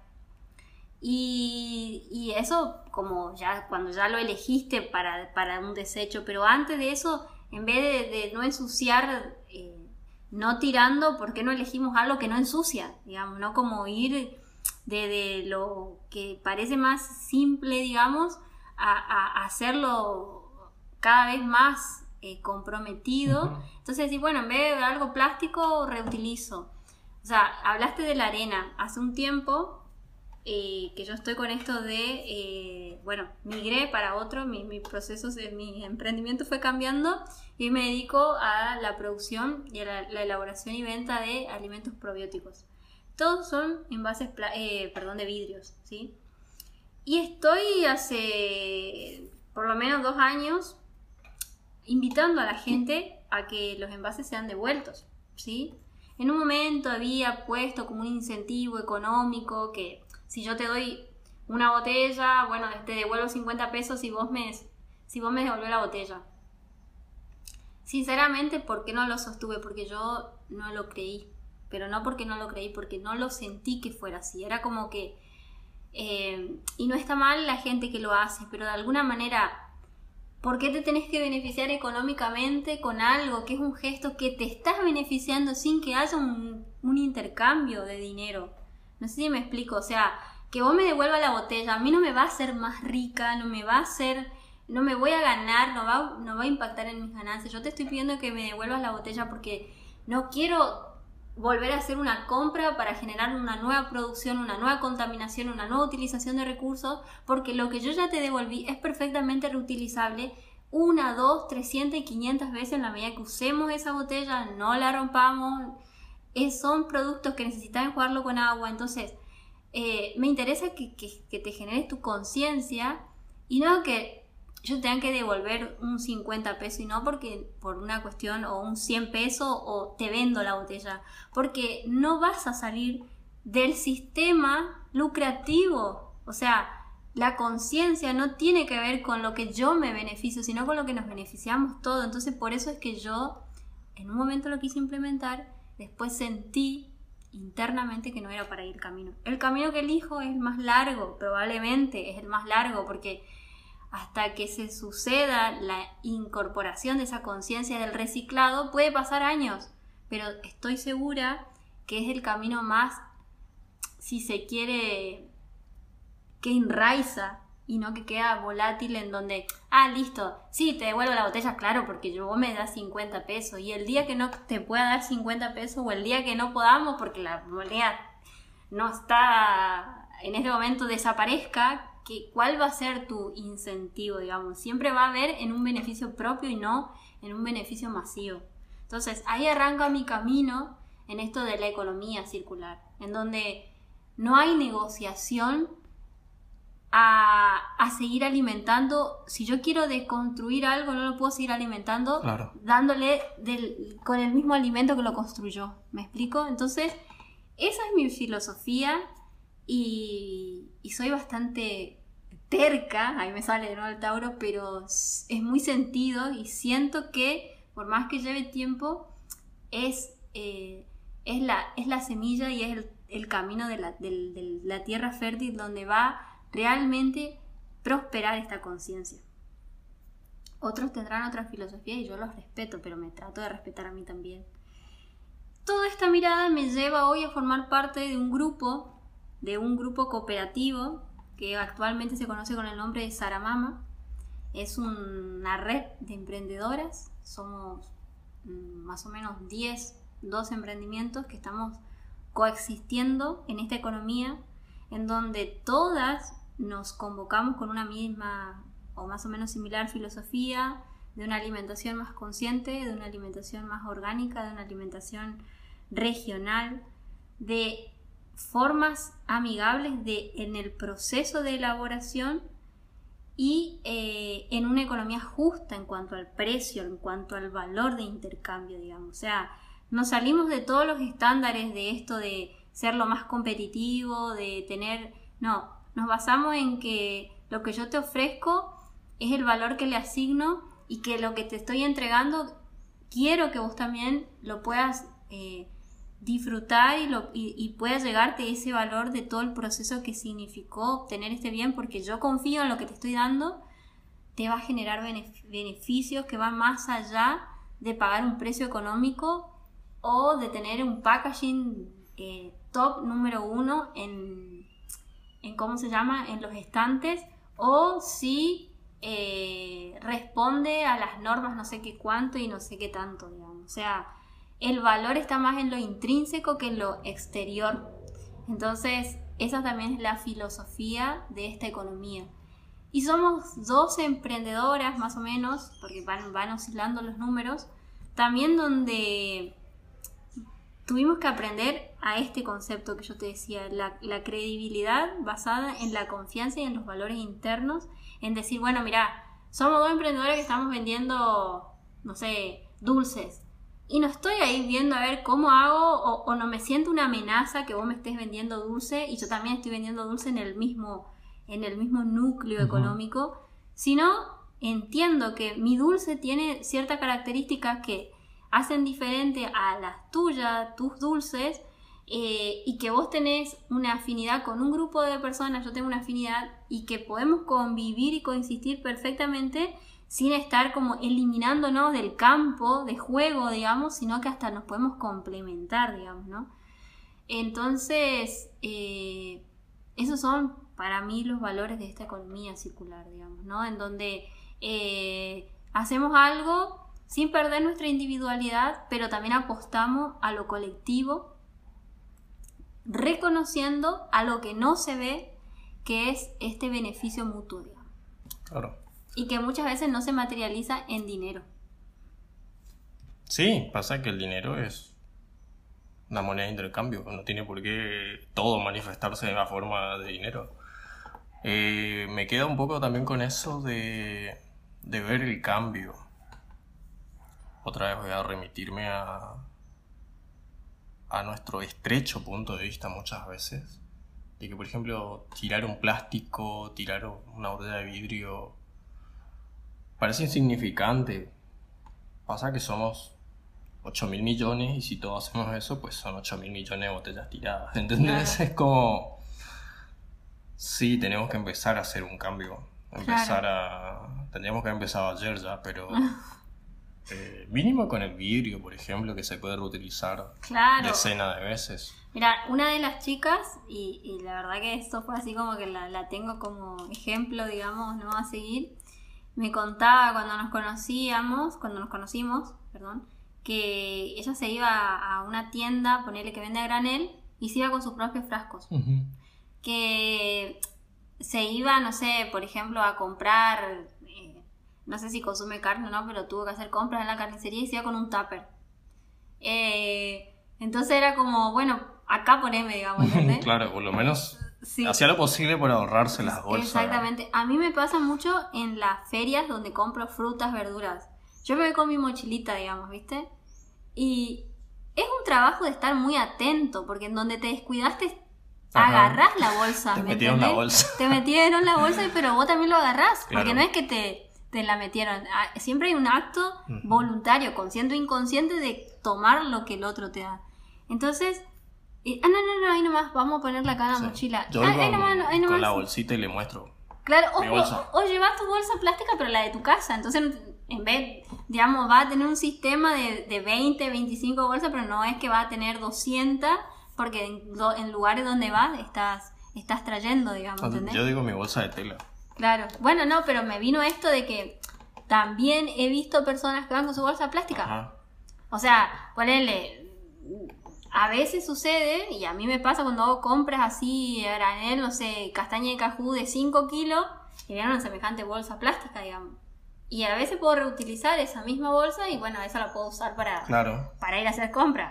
Y, y eso como ya cuando ya lo elegiste para, para un desecho, pero antes de eso, en vez de, de no ensuciar, eh, no tirando, ¿por qué no elegimos algo que no ensucia? Digamos, no como ir de, de lo que parece más simple, digamos, a, a, a hacerlo cada vez más eh, comprometido. Ujú. Entonces, sí, bueno, en vez de algo plástico, reutilizo. O sea, hablaste de la arena. Hace un tiempo eh, que yo estoy con esto de, eh, bueno, migré para otro, mi, mi proceso, de, mi emprendimiento fue cambiando y me dedico a la producción y a la, la elaboración y venta de alimentos probióticos. Todos son envases, pla- eh, perdón, de vidrios, ¿sí? Y estoy hace por lo menos dos años invitando a la gente a que los envases sean devueltos, ¿sí? En un momento había puesto como un incentivo económico que si yo te doy una botella, bueno, te devuelvo cincuenta pesos si vos me, si vos me devolvés la botella. Sinceramente, ¿por qué no lo sostuve? Porque yo no lo creí. Pero no porque no lo creí, porque no lo sentí que fuera así. Era como que... Eh, y no está mal la gente que lo hace, pero de alguna manera... ¿Por qué te tenés que beneficiar económicamente con algo que es un gesto que te estás beneficiando sin que haya un, un intercambio de dinero? No sé si me explico. O sea, que vos me devuelvas la botella, a mí no me va a hacer más rica, no me va a hacer... No me voy a ganar, no va, no va a impactar en mis ganancias. Yo te estoy pidiendo que me devuelvas la botella porque no quiero volver a hacer una compra para generar una nueva producción, una nueva contaminación, una nueva utilización de recursos, porque lo que yo ya te devolví es perfectamente reutilizable una, dos, trescientas y quinientas veces en la medida que usemos esa botella, no la rompamos. Es, son productos que necesitas enjuagarlo con agua. Entonces, eh, me interesa que, que, que te generes tu conciencia y no que yo tenga que devolver un cincuenta pesos y no porque por una cuestión o un cien pesos o te vendo la botella, porque no vas a salir del sistema lucrativo. O sea, la conciencia no tiene que ver con lo que yo me beneficio, sino con lo que nos beneficiamos todos. Entonces por eso es que yo en un momento lo quise implementar, después sentí internamente que no era para ir camino. El camino que elijo es el más largo, probablemente es el más largo, porque hasta que se suceda la incorporación de esa conciencia del reciclado puede pasar años, pero estoy segura que es el camino más, si se quiere, que enraiza y no que queda volátil en donde, ah, listo, sí, te devuelvo la botella, claro, porque yo, vos me das cincuenta pesos y el día que no te pueda dar cincuenta pesos o el día que no podamos porque la moneda no está en este momento desaparezca, que, ¿cuál va a ser tu incentivo, digamos? Siempre va a haber en un beneficio propio y no en un beneficio masivo. Entonces, ahí arranca mi camino en esto de la economía circular, en donde no hay negociación a, a seguir alimentando. Si yo quiero deconstruir algo, no lo puedo seguir alimentando, claro, dándole del, con el mismo alimento que lo construyó. ¿Me explico? Entonces, esa es mi filosofía. Y, y soy bastante terca, ahí me sale de nuevo el Tauro, pero es muy sentido y siento que por más que lleve tiempo es, eh, es, la, es la semilla y es el, el camino de la, de, de la tierra fértil donde va realmente prosperar esta conciencia. Otros tendrán otra filosofía y yo los respeto, pero me trato de respetar a mí también. Toda esta mirada me lleva hoy a formar parte de un grupo de un grupo cooperativo que actualmente se conoce con el nombre de Saramama. Es una red de emprendedoras, somos más o menos diez, doce emprendimientos que estamos coexistiendo en esta economía, en donde todas nos convocamos con una misma o más o menos similar filosofía de una alimentación más consciente, de una alimentación más orgánica, de una alimentación regional, de formas amigables de, en el proceso de elaboración y eh, en una economía justa en cuanto al precio, en cuanto al valor de intercambio, digamos. O sea, nos salimos de todos los estándares de esto de ser lo más competitivo, de tener... No, nos basamos en que lo que yo te ofrezco es el valor que le asigno y que lo que te estoy entregando quiero que vos también lo puedas... Eh, disfrutar y, lo, y, y pueda llegarte ese valor de todo el proceso que significó obtener este bien, porque yo confío en lo que te estoy dando, te va a generar beneficios que van más allá de pagar un precio económico o de tener un packaging eh, top número uno en, en cómo se llama, en los estantes, o si eh, responde a las normas no sé qué cuánto y no sé qué tanto, digamos. O sea, el valor está más en lo intrínseco que en lo exterior. Entonces, esa también es la filosofía de esta economía. Y somos doce emprendedoras, más o menos, porque van, van oscilando los números, también donde tuvimos que aprender a este concepto que yo te decía, la, la credibilidad basada en la confianza y en los valores internos, en decir, bueno, mira, somos dos emprendedores que estamos vendiendo, no sé, dulces. Y no estoy ahí viendo a ver cómo hago o, o no me siento una amenaza que vos me estés vendiendo dulce y yo también estoy vendiendo dulce en el mismo, en el mismo núcleo uh-huh. económico, sino entiendo que mi dulce tiene ciertas características que hacen diferente a las tuyas, tus dulces, eh, y que vos tenés una afinidad con un grupo de personas, yo tengo una afinidad y que podemos convivir y coexistir perfectamente sin estar como eliminándonos del campo de juego, digamos, sino que hasta nos podemos complementar, digamos, ¿no? Entonces, eh, esos son para mí los valores de esta economía circular, digamos, ¿no? En donde eh, hacemos algo sin perder nuestra individualidad, pero también apostamos a lo colectivo, reconociendo a lo que no se ve, que es este beneficio mutuo, digamos. Claro. Y que muchas veces no se materializa en dinero. Sí, pasa que el dinero es una moneda de intercambio. No tiene por qué todo manifestarse de la forma de dinero. Eh, me queda un poco también con eso de, de ver el cambio. Otra vez voy a remitirme a, a nuestro estrecho punto de vista muchas veces. De que, por ejemplo, tirar un plástico, tirar una botella de vidrio parece insignificante. Pasa que somos ocho mil millones y si todos hacemos eso, pues son ocho mil millones de botellas tiradas. ¿Entendés? Claro. Es como... Sí, tenemos que empezar a hacer un cambio. Empezar claro. a... Tendríamos que haber empezado ayer ya, pero... eh, mínimo con el vidrio, por ejemplo, que se puede reutilizar claro. decenas de veces. Mira, una de las chicas, y, y la verdad que esto fue así como que la, la tengo como ejemplo, digamos, ¿no? A seguir... Me contaba cuando nos conocíamos, cuando nos conocimos, perdón, que ella se iba a una tienda, ponerle que vende a granel, y se iba con sus propios frascos. Uh-huh. Que se iba, no sé, por ejemplo, a comprar, eh, no sé si consume carne o no, pero tuvo que hacer compras en la carnicería y se iba con un tupper. Eh, entonces era como, bueno, acá poneme, digamos, ¿entendés? Claro, por lo menos... Sí. Hacía lo posible por ahorrarse las bolsas. Exactamente. A mí me pasa mucho en las ferias donde compro frutas, verduras. Yo me voy con mi mochilita, digamos, ¿viste? Y es un trabajo de estar muy atento, porque en donde te descuidaste, ajá, agarrás la bolsa. Te metieron la bolsa. Te metieron la bolsa, pero vos también lo agarrás. Claro. Porque no es que te, te la metieron. Siempre hay un acto uh-huh. voluntario, consciente o inconsciente, de tomar lo que el otro te da. Entonces... Ah, no, no, no, ahí nomás, vamos a ponerla acá en la sí. mochila. Yo ah, con, ahí nomás, ahí nomás. Con la bolsita y le muestro. Claro, o, o, o llevas tu bolsa plástica, pero la de tu casa. Entonces, en vez, digamos, va a tener un sistema de, de veinte, veinticinco bolsas, pero no es que va a tener doscientas, porque en, en lugares donde vas estás, estás trayendo, digamos, ¿entendés? Yo digo mi bolsa de tela. Claro, bueno, no, pero me vino esto de que también he visto personas que van con su bolsa plástica. Ajá. O sea, ponele... A veces sucede, y a mí me pasa cuando hago compras así a granel, no sé, castaña de cajú de cinco kilos, y vienen una semejante bolsa plástica, digamos. Y a veces puedo reutilizar esa misma bolsa y bueno, esa la puedo usar para, claro. para ir a hacer compras.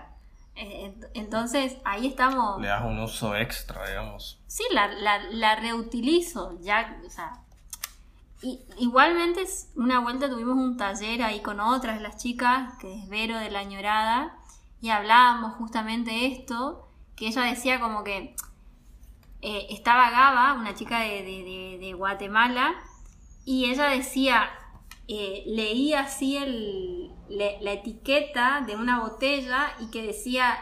Entonces, ahí estamos... Le das un uso extra, digamos. Sí, la, la, la reutilizo, ya, o sea... Y, igualmente, una vuelta tuvimos un taller ahí con otras de las chicas, que es Vero de La Añorada, y hablábamos justamente de esto, que ella decía como que eh, estaba Gaba, una chica de, de, de, de Guatemala, y ella decía, eh, leía así el, le, la etiqueta de una botella y que decía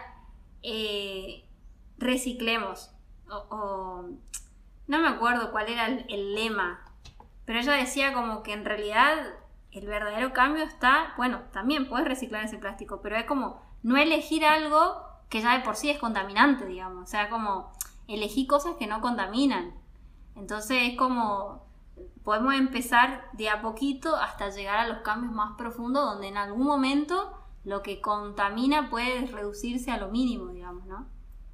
eh, reciclemos, o, o no me acuerdo cuál era el, el lema, pero ella decía como que en realidad el verdadero cambio está, bueno, también puedes reciclar ese plástico, pero es como no elegir algo que ya de por sí es contaminante, digamos. O sea, como elegí cosas que no contaminan. Entonces es como podemos empezar de a poquito hasta llegar a los cambios más profundos, donde en algún momento lo que contamina puede reducirse a lo mínimo, digamos, ¿no?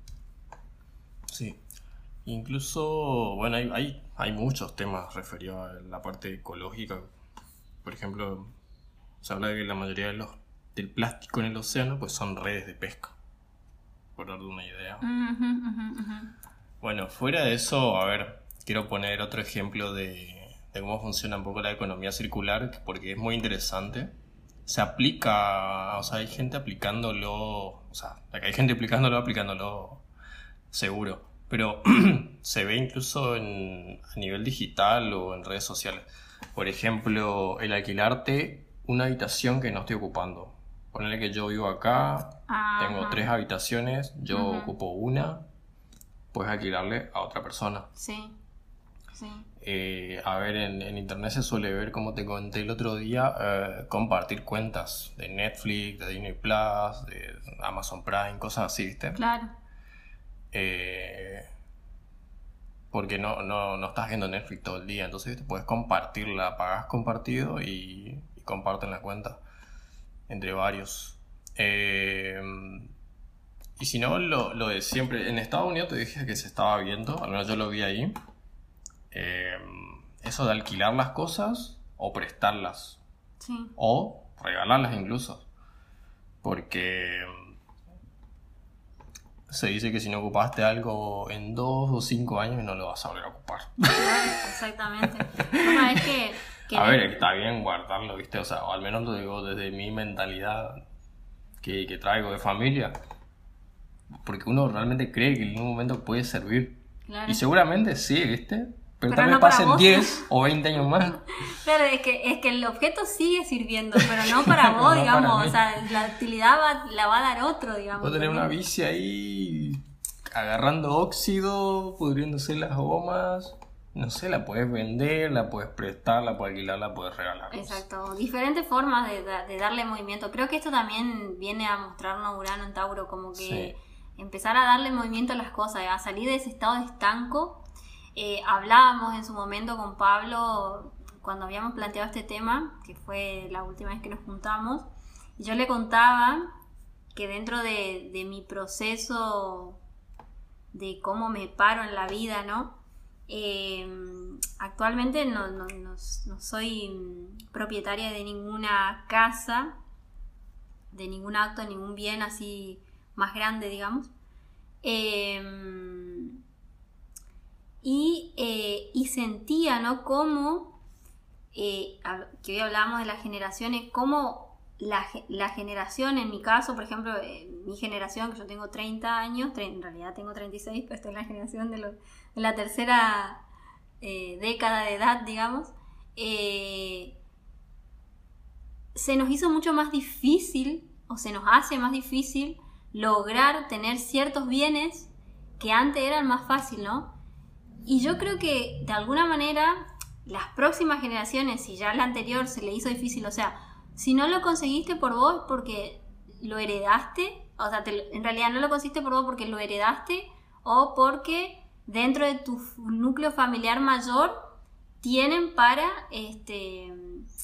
Sí. Incluso, bueno, hay, hay, hay muchos temas referidos a la parte ecológica. Por ejemplo, se habla de que la mayoría de los del plástico en el océano pues son redes de pesca, por dar una idea. Uh-huh, uh-huh, uh-huh. Bueno, fuera de eso, a ver, quiero poner otro ejemplo de, de cómo funciona un poco la economía circular, porque es muy interesante. Se aplica, o sea, hay gente aplicándolo, o sea, hay gente aplicándolo, aplicándolo seguro, pero se ve incluso en, a nivel digital o en redes sociales. Por ejemplo, el alquilarte una habitación que no estoy ocupando. Ponele que yo vivo acá, Ajá. tengo tres habitaciones, yo Ujú. ocupo una, puedes alquilarle a otra persona. Sí, sí. Eh, a ver, en, en internet se suele ver, como te conté el otro día, eh, compartir cuentas de Netflix, de Disney Plus, de Amazon Prime, cosas así, ¿viste? Claro. Eh, porque no, no, no estás viendo Netflix todo el día, entonces te puedes compartirla, pagas compartido y, y comparten la cuenta entre varios. Eh, y si no, lo, lo de siempre. En Estados Unidos te dije que se estaba viendo, al menos yo lo vi ahí. Eh, eso de alquilar las cosas o prestarlas Sí. o regalarlas incluso, porque se dice que si no ocupaste algo en dos o cinco años no lo vas a volver a ocupar. Claro, exactamente. Una vez que, que A ver, está bien guardarlo, ¿viste? O sea, o al menos lo digo desde mi mentalidad que, que traigo de familia, porque uno realmente cree que en un momento puede servir. Claro. Y seguramente sí, ¿viste? Pero, Pero tal vez no para pasen vos. diez o veinte años más. Claro, es que, es que el objeto sigue sirviendo, pero no para vos, No digamos. para mí. O sea, la utilidad va, la va a dar otro, digamos. Puedo tener una bici ahí agarrando óxido, pudriéndose las gomas. No sé, la puedes vender, la puedes prestar, la puedes alquilar, la puedes regalar. Exacto, diferentes formas de, de darle movimiento. Creo que esto también viene a mostrarnos Urano en Tauro, como que Sí. empezar a darle movimiento a las cosas, a salir de ese estado de estanco. Eh, hablábamos en su momento con Pablo cuando habíamos planteado este tema, que fue la última vez que nos juntamos, y yo le contaba que dentro de, de mi proceso de cómo me paro en la vida, ¿no? Eh, actualmente no, no, no, no soy propietaria de ninguna casa, de ningún acto, ningún bien así más grande, digamos. Eh, y, eh, y sentía, ¿no? Cómo, eh, que hoy hablábamos de las generaciones, cómo la, la generación, en mi caso, por ejemplo, eh, mi generación, que yo tengo treinta años, en realidad tengo treinta y seis, pero estoy en la generación de, lo, de la tercera eh, década de edad, digamos, eh, se nos hizo mucho más difícil, o se nos hace más difícil, lograr tener ciertos bienes que antes eran más fácil, ¿no? Y yo creo que de alguna manera las próximas generaciones, si ya la anterior se le hizo difícil, o sea, si no lo conseguiste por vos porque lo heredaste, o sea, te, en realidad no lo conseguiste por vos porque lo heredaste o porque dentro de tu núcleo familiar mayor tienen para este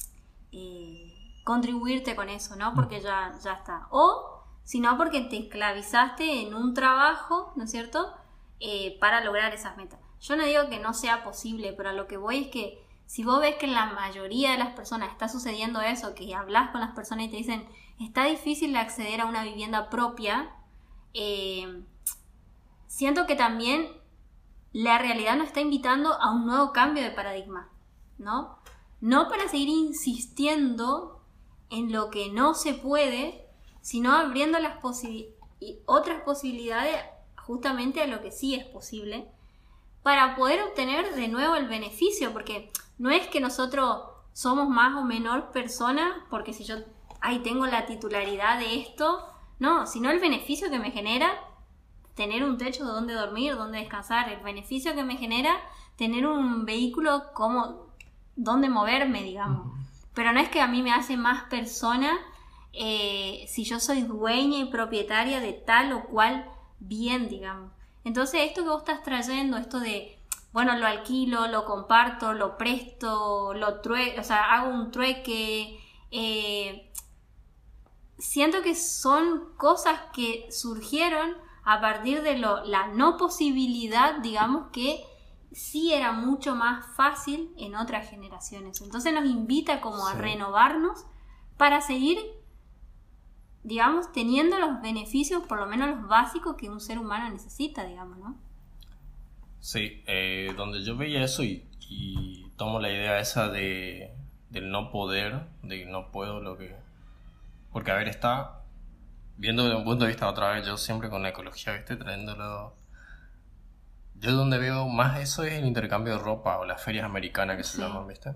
eh, contribuirte con eso, ¿no? Porque ya, ya está. O si no, porque te esclavizaste en un trabajo, ¿no es cierto?, eh, para lograr esas metas. Yo no digo que no sea posible, pero a lo que voy es que si vos ves que en la mayoría de las personas está sucediendo eso, que hablas con las personas y te dicen está difícil acceder a una vivienda propia, eh, siento que también la realidad nos está invitando a un nuevo cambio de paradigma, ¿no? No para seguir insistiendo en lo que no se puede, sino abriendo las posibi- y otras posibilidades justamente a lo que sí es posible, para poder obtener de nuevo el beneficio, porque no es que nosotros somos más o menor persona, porque si yo ahí tengo la titularidad de esto, no, sino el beneficio que me genera tener un techo donde dormir, donde descansar, el beneficio que me genera tener un vehículo como donde moverme, digamos. Pero no es que a mí me hace más persona eh, si yo soy dueña y propietaria de tal o cual bien, digamos. Entonces esto que vos estás trayendo, esto de, bueno, lo alquilo, lo comparto, lo presto, lo true- o sea, hago un trueque, eh, siento que son cosas que surgieron a partir de lo, la no posibilidad, digamos, que sí era mucho más fácil en otras generaciones. Entonces nos invita como a Sí. renovarnos para seguir, digamos, teniendo los beneficios, por lo menos los básicos que un ser humano necesita, digamos, ¿no? Sí, eh, donde yo veía eso y, y tomo la idea esa de del no poder, de que no puedo lo que... Porque, a ver, está... Viendo desde un punto de vista otra vez, yo siempre con la ecología, ¿viste? Trayéndolo... Yo donde veo más eso es el intercambio de ropa o las ferias americanas que se Sí. llaman, ¿viste?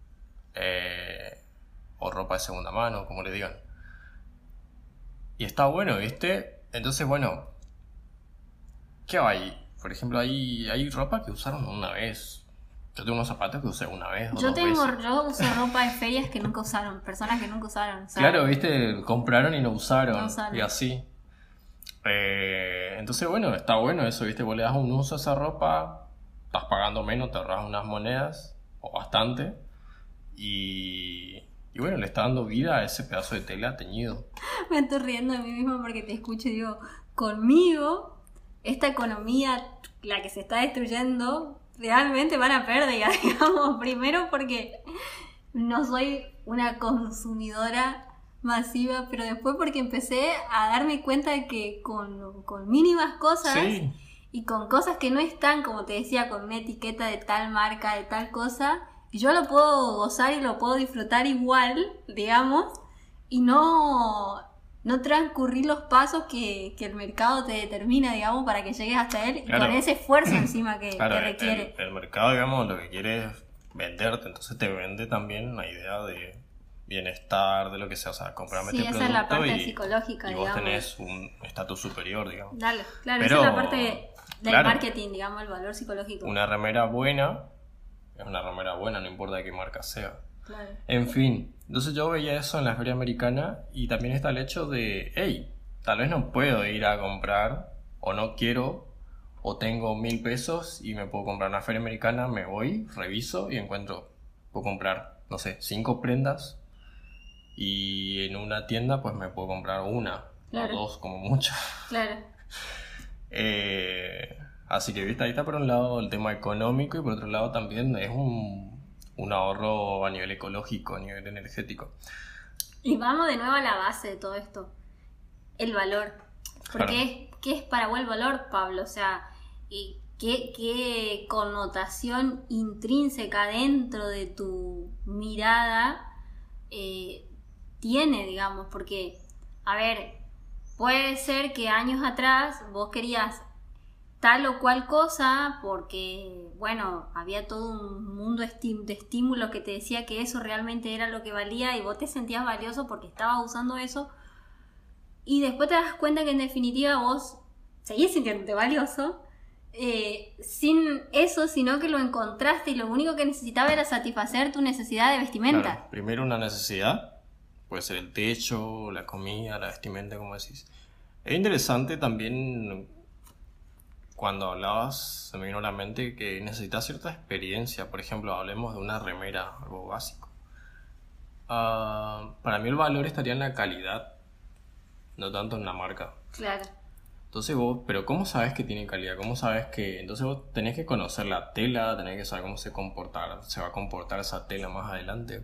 Eh, o ropa de segunda mano, como le digan. Y está bueno, ¿viste? Entonces, bueno, ¿qué hay? Por ejemplo, hay, hay ropa que usaron una vez. Yo tengo unos zapatos que usé una vez o Yo dos tengo, veces. yo uso ropa de ferias que nunca usaron, personas que nunca usaron. O sea, Claro, ¿viste? Compraron y no usaron. No usaron. Y así. Eh, entonces, bueno, está bueno eso, ¿viste? Vos le das un uso a esa ropa, estás pagando menos, te ahorras unas monedas, o bastante. Y, y bueno, le está dando vida a ese pedazo de tela teñido. me estoy riendo de mí misma porque te escucho y digo, conmigo, esta economía, la que se está destruyendo, realmente van a pérdida, digamos. Primero porque no soy una consumidora masiva, pero después porque empecé a darme cuenta de que con, con mínimas cosas Sí. y con cosas que no están, como te decía, con una etiqueta de tal marca, de tal cosa, yo lo puedo gozar y lo puedo disfrutar igual, digamos, y no, no transcurrir los pasos que, que el mercado te determina, digamos, para que llegues hasta él, Claro. y con ese esfuerzo encima que, Claro, que el, requiere. el mercado, digamos, lo que quiere es venderte, entonces te vende también una idea de bienestar, de lo que sea, o sea, comprame Sí, este esa es la producto parte y, psicológica, y vos digamos. tenés un estatus superior, digamos. Dale, claro, Pero, esa es la parte de- del claro. marketing, digamos, el valor psicológico. Una remera buena es una remera buena, no importa de qué marca sea. Claro. En fin, entonces yo veía eso en la feria americana y también está el hecho de, hey, tal vez no puedo ir a comprar o no quiero o tengo mil pesos y me puedo comprar una feria americana, me voy, reviso y encuentro, puedo comprar, no sé, cinco prendas y en una tienda pues me puedo comprar una Claro. o dos como mucho. Claro. Eh, así que viste, ahí está por un lado el tema económico y por otro lado también es un, un ahorro a nivel ecológico, a nivel energético. Y vamos de nuevo a la base de todo esto, el valor. Porque Claro. es, ¿qué es para vos el valor, Pablo? O sea, ¿y qué, qué connotación intrínseca dentro de tu mirada eh, tiene, digamos? Porque, a ver, puede ser que años atrás vos querías tal o cual cosa porque, bueno, había todo un mundo esti- de estímulos que te decía que eso realmente era lo que valía y vos te sentías valioso porque estabas usando eso y después te das cuenta que en definitiva vos seguís sintiéndote valioso eh, sin eso, sino que lo encontraste y lo único que necesitaba era satisfacer tu necesidad de vestimenta. Claro, primero una necesidad, puede ser el techo, la comida, la vestimenta, como decís. Es interesante también cuando hablabas, se me vino a la mente que necesitas cierta experiencia. Por ejemplo, hablemos de una remera, algo básico. Ah, para mí el valor estaría en la calidad, no tanto en la marca. Claro. Entonces vos, pero ¿cómo sabes que tiene calidad? ¿Cómo sabes que...? Entonces vos tenés que conocer la tela, tenés que saber cómo se comportar, se va a comportar esa tela más adelante.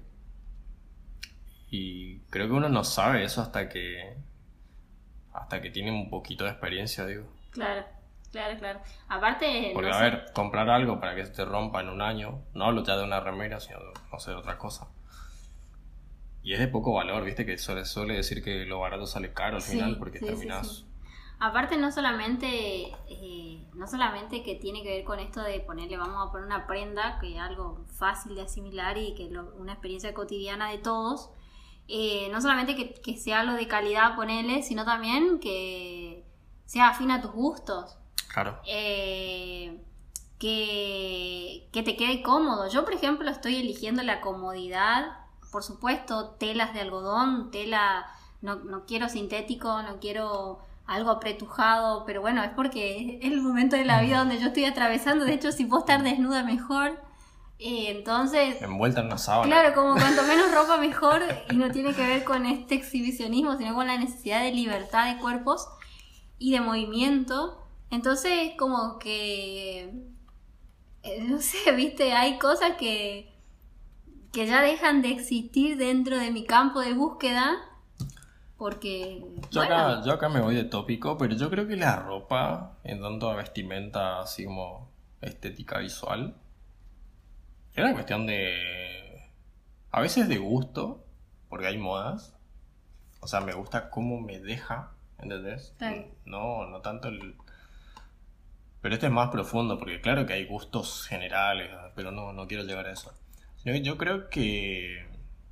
Y creo que uno no sabe eso hasta que... hasta que tiene un poquito de experiencia, digo. Claro, claro, claro. Aparte, Porque, no a sé, ver, comprar algo para que se te rompa en un año, no hablo ya de una remera, sino de, no sé, de otra cosa. Y es de poco valor, viste, que suele, suele decir que lo barato sale caro al Sí, final, porque sí, sí, terminas... sí. Aparte no solamente eh, no solamente que tiene que ver con esto de ponerle, vamos a poner una prenda, que es algo fácil de asimilar y que es lo- una experiencia cotidiana de todos, eh, no solamente que, que sea algo de calidad, ponerle, sino también que sea afín a tus gustos. Claro. Eh, que, que te quede cómodo. Yo, por ejemplo, estoy eligiendo la comodidad, por supuesto, telas de algodón, tela, no, no quiero sintético, no quiero algo apretujado, pero bueno, es porque es el momento de la vida donde yo estoy atravesando. De hecho, si puedo estar desnuda, mejor. Eh, entonces, Envuelta en una sábana. claro, como cuanto menos ropa mejor, y no tiene que ver con este exhibicionismo, sino con la necesidad de libertad de cuerpos y de movimiento. Entonces, como que, eh, no sé, viste, hay cosas que, que ya dejan de existir dentro de mi campo de búsqueda, porque, Yo, bueno, acá, yo acá me voy de tópico, pero yo creo que la ropa, en tanto a vestimenta así como estética visual, Es una cuestión de... A veces de gusto, porque hay modas. O sea, me gusta cómo me deja, ¿entendés? Claro. No, no tanto el... Pero este es más profundo, porque claro que hay gustos generales, pero no, no quiero llegar a eso. Yo, yo creo que...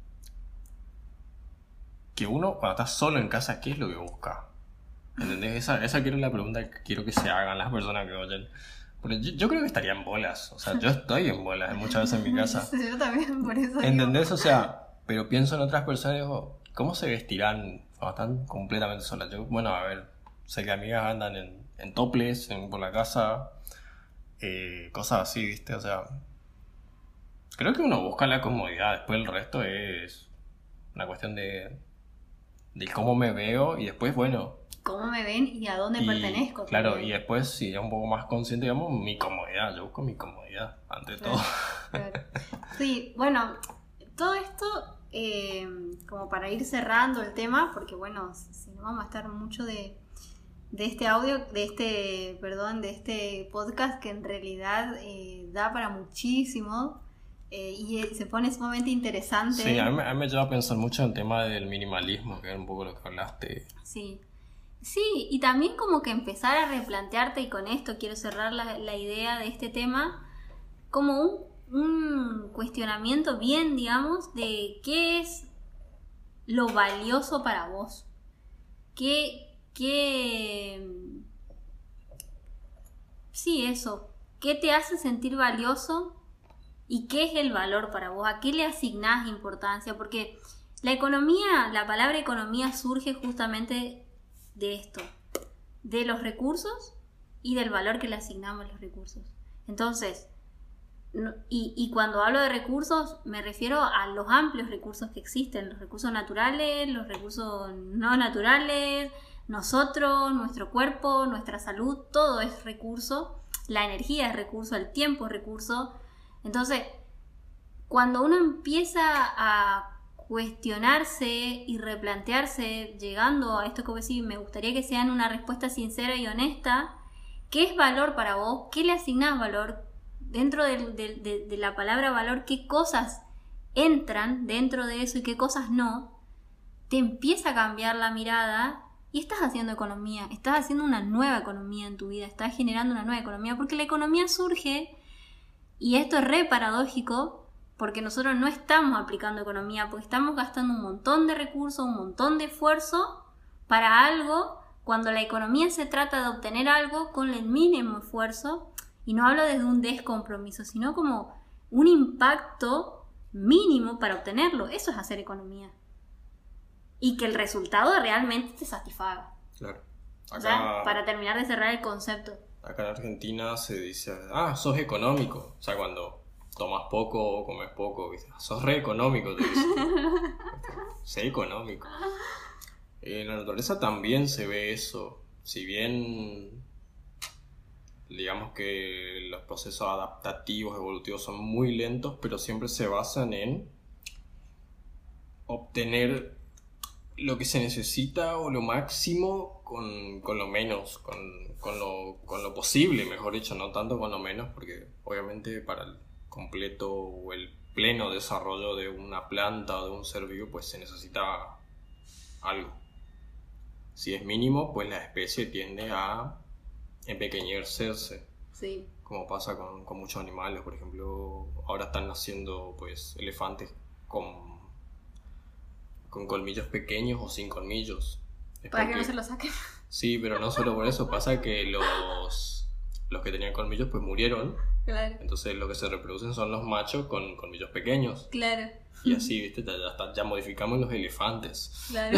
Que uno, cuando está solo en casa, ¿qué es lo que busca? ¿Entendés? Esa, esa quiero la pregunta que quiero que se hagan las personas que oyen. Porque yo, yo creo que estaría en bolas. O sea, yo estoy en bolas muchas veces en mi casa. Yo también, por eso. ¿Entendés? O sea, pero pienso en otras personas y digo, ¿cómo se vestirán cuando están completamente solas? Yo, bueno, a ver, sé que amigas andan en, en topless, en, por la casa, eh, cosas así, ¿viste? O sea, creo que uno busca la comodidad. Después el resto es una cuestión de, de cómo me veo y después, bueno... Cómo me ven y a dónde y, pertenezco. Claro, también. y después, si ya un poco más consciente, digamos, mi comodidad. Yo busco mi comodidad, ante Claro, todo. claro. Sí, bueno, todo esto, eh, como para ir cerrando el tema, porque bueno, si no vamos a estar mucho de, de este audio, de este, perdón, de este podcast que en realidad eh, da para muchísimo eh, y se pone sumamente interesante. Sí, a mí, a mí me lleva a pensar mucho en el tema del minimalismo, que era un poco lo que hablaste. Sí. Sí, y también como que empezar a replantearte, y con esto quiero cerrar la, la idea de este tema, como un, un cuestionamiento bien, digamos, de qué es lo valioso para vos. ¿Qué, qué... Sí, eso. ¿Qué te hace sentir valioso? ¿Y qué es el valor para vos? ¿A qué le asignás importancia? Porque la economía, la palabra economía surge justamente de esto, de los recursos y del valor que le asignamos a los recursos. Entonces, no, y, y cuando hablo de recursos me refiero a los amplios recursos que existen, los recursos naturales, los recursos no naturales, nosotros, nuestro cuerpo, nuestra salud, todo es recurso, la energía es recurso, el tiempo es recurso. Entonces, cuando uno empieza a cuestionarse y replantearse, llegando a esto que vos decís, me gustaría que sean una respuesta sincera y honesta, ¿qué es valor para vos? ¿Qué le asignás valor? Dentro de, de, de, de la palabra valor, ¿qué cosas entran dentro de eso y qué cosas no? Te empieza a cambiar la mirada y estás haciendo economía, estás haciendo una nueva economía en tu vida, estás generando una nueva economía, porque la economía surge, y esto es re paradójico, porque nosotros no estamos aplicando economía, porque estamos gastando un montón de recursos, un montón de esfuerzo para algo, cuando la economía se trata de obtener algo con el mínimo esfuerzo, y no hablo desde un descompromiso, sino como un impacto mínimo para obtenerlo. Eso es hacer economía. Y que el resultado realmente te satisfaga. Claro. Acá, o sea, para terminar de cerrar el concepto. Acá en Argentina se dice, ah, sos económico. O sea, cuando tomas poco o comes poco, ¿viste? Sos re económico, te dicen. Sé económico. En la naturaleza también se ve eso. Si bien, digamos que los procesos adaptativos, evolutivos son muy lentos, pero siempre se basan en obtener lo que se necesita o lo máximo con, con lo menos, con, con, lo, con lo posible, mejor dicho, no tanto con lo menos, porque obviamente para el completo o el pleno desarrollo de una planta o de un ser vivo, pues se necesita algo. Si es mínimo, pues la especie tiende a empequeñecerse. Sí. Como pasa con, con muchos animales, por ejemplo, ahora están naciendo pues elefantes con con colmillos pequeños o sin colmillos. Es para porque... que no se los saquen. Sí, pero no solo por eso, pasa que los, los que tenían colmillos pues murieron. Claro. Entonces lo que se reproducen son los machos con colmillos pequeños. Claro. Y así, viste, ya, ya, ya modificamos los elefantes. Claro.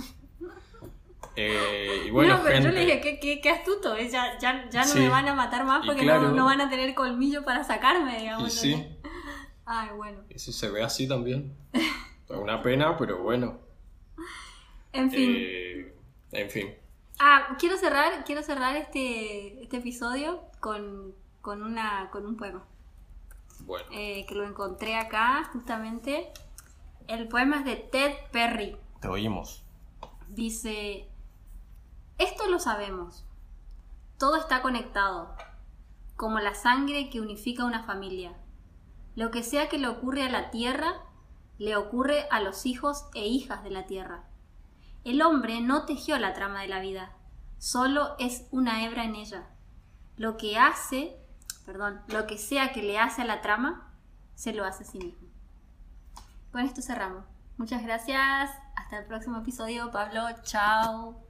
eh, y bueno, no, pero gente... yo le dije, qué, qué, qué astuto, ¿eh? ya, ya, ya no sí. me van a matar más porque claro, no, no van a tener colmillo para sacarme, digamos. Y sí. Ay, bueno. Y si se ve así también. Una pena, pero bueno. En fin. Eh, en fin. Ah, quiero cerrar, quiero cerrar este, este episodio con, con, una, con un poema. Bueno. Eh, que lo encontré acá, justamente. El poema es de Ted Perry. Te oímos. Dice: esto lo sabemos. Todo está conectado, como la sangre que unifica una familia. Lo que sea que le ocurre a la tierra, le ocurre a los hijos e hijas de la tierra. El hombre no tejió la trama de la vida, solo es una hebra en ella. Lo que hace, perdón, lo que sea que le hace a la trama, se lo hace a sí mismo. Con esto cerramos. Muchas gracias. Hasta el próximo episodio, Pablo. Chao.